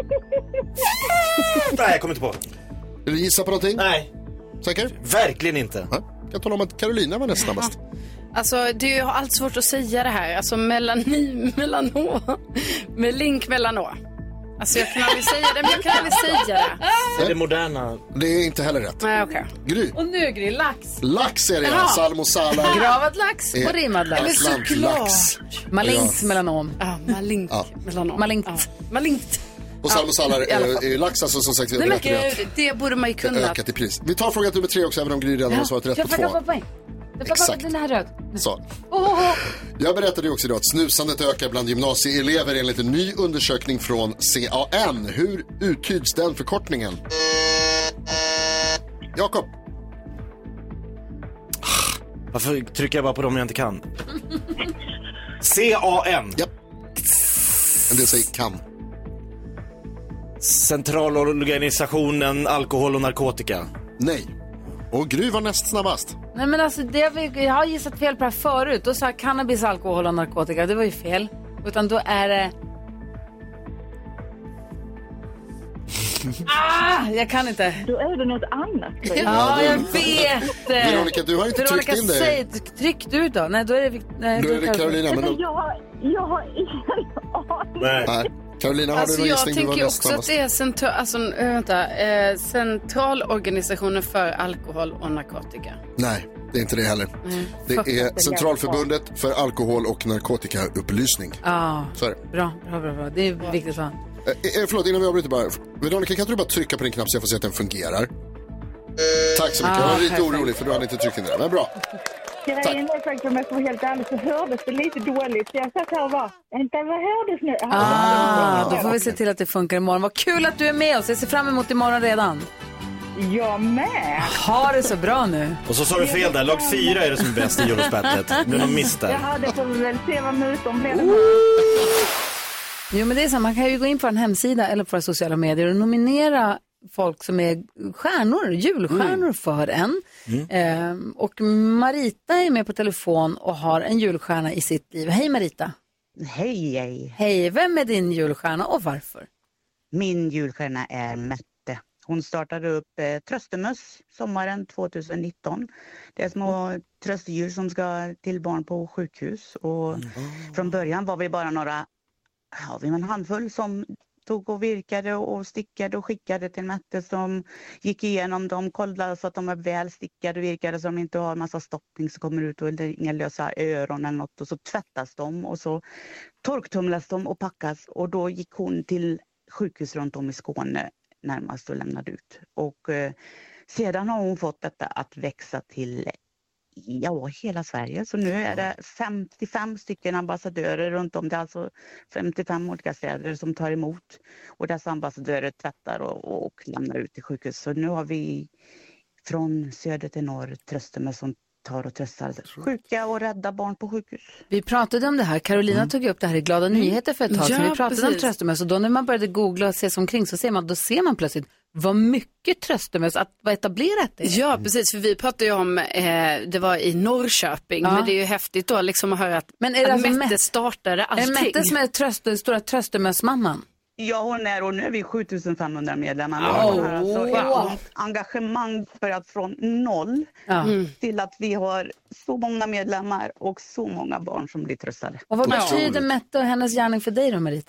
Nej, jag kommer inte på. Vill du gissa på någonting? Nej. Säker? Verkligen inte. Ja. Jag kan tala om att Carolina var näst snabbast. Alltså, det har allt svårt att säga det här. Alltså, melani, melano. Med link melano. Alltså jag kan aldrig säga det, men jag kan aldrig säga det. Det är det moderna. Det är inte heller rätt. Nej, okej. Gry. Och nu Gry, lax. Lax är det, Ja. salmo salad. Gravad lax och rimmad lax. Atlantlax. Malinkt melanom. Ja, malinkt Ja. melanom. Malinkt. Ja. Malinkt. Och salmo salad i alla fall. är, är lax, alltså som sagt vi har Nej, men berättat gud, det borde man ju det kunna. ökat i pris. Vi tar fråga nummer tre också, även om Gry redan har svarat rätt på två. Exakt. Den här röd. Så. Oh, oh, oh. Jag berättade ju också idag att snusandet ökar bland gymnasieelever enligt en ny undersökning från C A N. Hur uttyds den förkortningen? Jakob. Varför trycker jag bara på dem jag inte kan? C A N. Japp. En del säger kan. Centralorganisationen alkohol och narkotika. Nej. Och Gry var näst snabbast. Nej men alltså det, jag har gissat fel på det här förut. Då sa jag cannabis, alkohol och narkotika. Det var ju fel. Utan då är det... Ah, jag kan inte. Då är det något annat. Ja, jag vet. Veronica, du har inte Veronica, tryckt in dig. Säg, tryck du då. Nej, då är det... Nej, Då är det Carolina. Men då... Jag har, jag har ingen aning. Nej. Nej. Carolina, har Alltså du någon jag gissning? Du var tänker näst också att snabbast. det är central, alltså, äh, vänta, eh, centralorganisationen för alkohol och narkotika. Nej, det är inte det heller. Mm. Det är Centralförbundet för alkohol och narkotikaupplysning. Ja, Så är det. bra, bra, bra, bra. Det är viktigt va? Eh, eh, förlåt, innan vi avbryter bara. Veronica, kan du bara trycka på din knapp så jag får se att den fungerar? Tack så mycket. Jag var Ah, lite perfekt. orolig för du hade inte tryckt in det. Men bra. Grejen är faktiskt, om jag ska vara helt ärlig, så hördes det lite dåligt. Så jag satt här och bara, vänta, vad hördes nu? Ah, då får vi se till att det funkar imorgon. Vad kul att du är med oss. Jag ser fram emot imorgon redan. Jag med. Ha det så bra nu. Och så sa du fel där. Lag fyra är det som är bäst i Eurosbattlet. Nu är någon miss där. Ja, det får vi väl se vad mutom blev. Jo, men det är så. Man kan ju gå in på en hemsida eller på våra sociala medier och nominera folk som är stjärnor, julstjärnor mm. för en. Mm. Ehm, och Marita är med på telefon och har en julstjärna i sitt liv. Hej Marita. Hej, hej. Hej, vem är din julstjärna och varför? Min julstjärna är Mette. Hon startade upp eh, Tröstemöss sommaren tjugonitton. Det är små tröstdjur som ska till barn på sjukhus. Och mm. från början var vi bara några, ja, vi var en handfull som tog och virkade och stickade och skickade till Mette som gick igenom dem, kollade så att de är väl stickade och virkade så de inte har en massa stoppning som kommer ut och eller inga lösa öron eller något, och så tvättas de och så torktumlas de och packas, och då gick hon till sjukhus runt om i Skåne närmast och lämnade ut. Och eh, sedan har hon fått detta att växa till ja, hela Sverige. Så nu är det femtiofem stycken ambassadörer runt om. Det är alltså femtiofem olika städer som tar emot. Och dessa ambassadörer tvättar och, och lämnar ut till sjukhus. Så nu har vi från söder till norr Tröstemöss som tar och tröstar sjuka och rädda barn på sjukhus. Vi pratade om det här. Carolina mm. tog upp det här i Glada nyheter för ett tag sedan. Ja, vi pratade precis. om Tröstemöss och då när man började googla och se sig omkring så ser man, då ser man plötsligt vad mycket Tröstemöss, att vad etablerat det är. Ja, precis. För vi pratade ju om, eh, det var i Norrköping. Ja. Men det är ju häftigt då liksom att höra att, men är det att alltså Mette startade allting. Är Mette som är tröst, stora Tröstemöss-mamman? Ja, hon är, och nu är vi sjuttusenfemhundra medlemmar. Oh, har alltså wow. ett engagemang för att från noll mm. till att vi har så många medlemmar och så många barn som blir tröstade. Och vad betyder Mette och hennes gärning för dig då, Marita?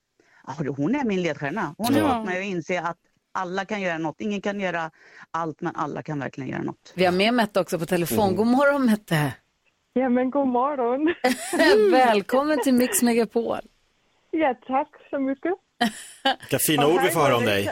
Ja, hon är min ledstjärna. Hon ja. har fått mig att inse att alla kan göra något. Ingen kan göra allt, men alla kan verkligen göra något. Vi har med Mette också på telefon. Mm. God morgon, Mette. Ja, men god morgon. Välkommen till Mix Megapol. Ja, tack så mycket. Vilka fina ord vi får höra om dig.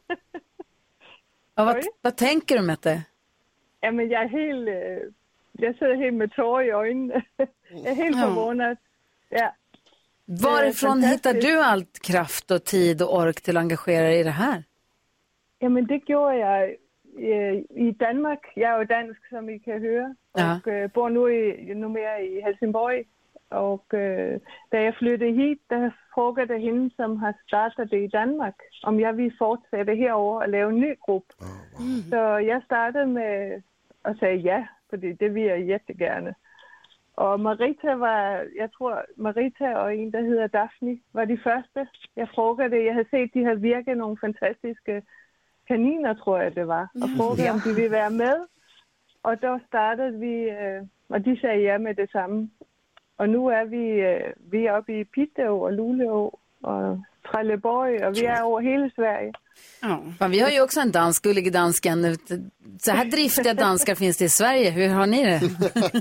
Ja, vad, vad tänker du, Mette? Ja, men jag är helt... Jag sitter helt med tår i ögonen. Jag är helt förvånad. Ja. Varifrån hittar du allt kraft och tid och ork till att engagera dig i det här? Ja, men det gjorde jag i Danmark. Jag är ju dansk, som ni kan höra. Ja. Och äh, bor nu, i, nu mer i Helsingborg. Och äh, da jag flyttade hit, där frågade henne som har startat det i Danmark om jag vill fortsätta herover och lave en ny grupp. Mm. Så jag startade med att säga ja, för det, det vill jag jättegärna. Och Marita var, jag tror Marita och en der hedder Daphne var de första. Jag frågade, jag hade sett de hade virket några fantastiska kaniner, tror jag det var. Och frågade ja. om de ville vara med. Och då startade vi, och de sa ja med detsamma. Och nu är vi, vi är uppe i Piteå och Luleå och Trelleborg och vi är över hela Sverige. Ja. Men vi har ju också en dansk, gullig dansken. Så här driftiga danskar finns det i Sverige. Hur har ni det?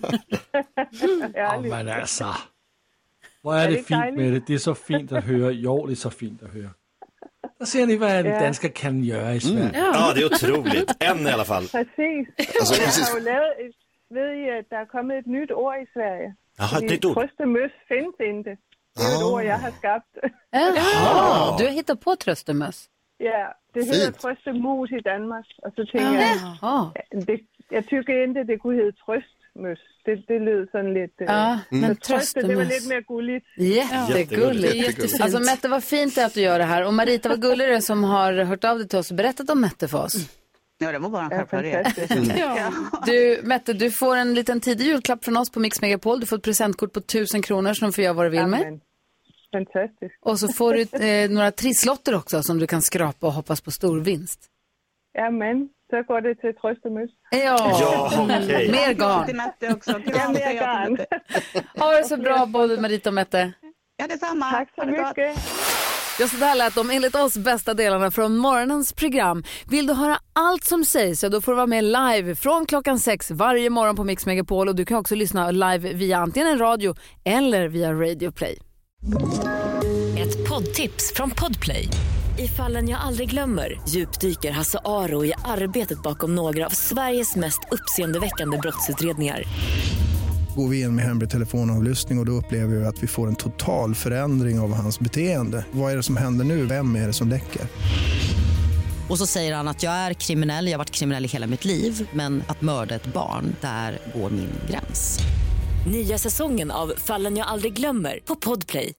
Ja, men alltså, vad är det fint med det? Det är så fint att höra. Jo, det är så fint att höra. Där ser ni vad en ja. danskar kan göra i Sverige. Mm. Ja. ja, det är otroligt. En i alla fall. Precis. Alltså, jag precis. har ju lavet, vet I, att det har kommit ett nytt ord i Sverige. Jaha, ett nytt ord. Tröstemöss finns inte. Det är ett ord jag har skapat. Ja, du har hittat på tröstemöss. Ja, det heter tröstemos i Danmark. Och så tänker jag, det, jag tycker inte det kunde heta tröstmöss. Det, det lyder sådan lite... Ja, men tröste, det var lite mer gulligt. Jättegulligt. Jättefint. Alltså Mette, vad fint det är att du gör det här. Och Marita, vad gullig är det som har hört av dig till oss och berättat om Mette för oss? Ja, det var bara en självklarhet. Ja. Du, Mette, du får en liten tidig julklapp från oss på Mix Megapol. Du får ett presentkort på tusen kronor som du får göra vad du vill med. Amen. Fantastiskt. Och så får du eh, några trisslotter också som du kan skrapa och hoppas på stor vinst. Ja, men så går det till tröstemöss. Ja, ja okay. Mer garn. Till Mette också. Ja, mer garn. Ha det så bra både Marita och Mette. Ja, detsamma. Tack så mycket. Ja, så där lät de enligt oss bästa delarna från morgonens program. Vill du höra allt som sägs så då får du vara med live från klockan sex varje morgon på Mix Megapol. Och du kan också lyssna live via antingen en radio eller via Radio Play. Ett poddtips från Podplay. I Fallen jag aldrig glömmer djupdyker Hasse Aro i arbetet bakom några av Sveriges mest uppseendeväckande brottsutredningar. Går vi in med hemlig telefonavlyssning och, och då upplever vi att vi får en total förändring av hans beteende. Vad är det som händer nu? Vem är det som läcker? Och så säger han att jag är kriminell, jag har varit kriminell i hela mitt liv. Men att mörda ett barn, där går min gräns. Nya säsongen av Fallen jag aldrig glömmer på Podplay.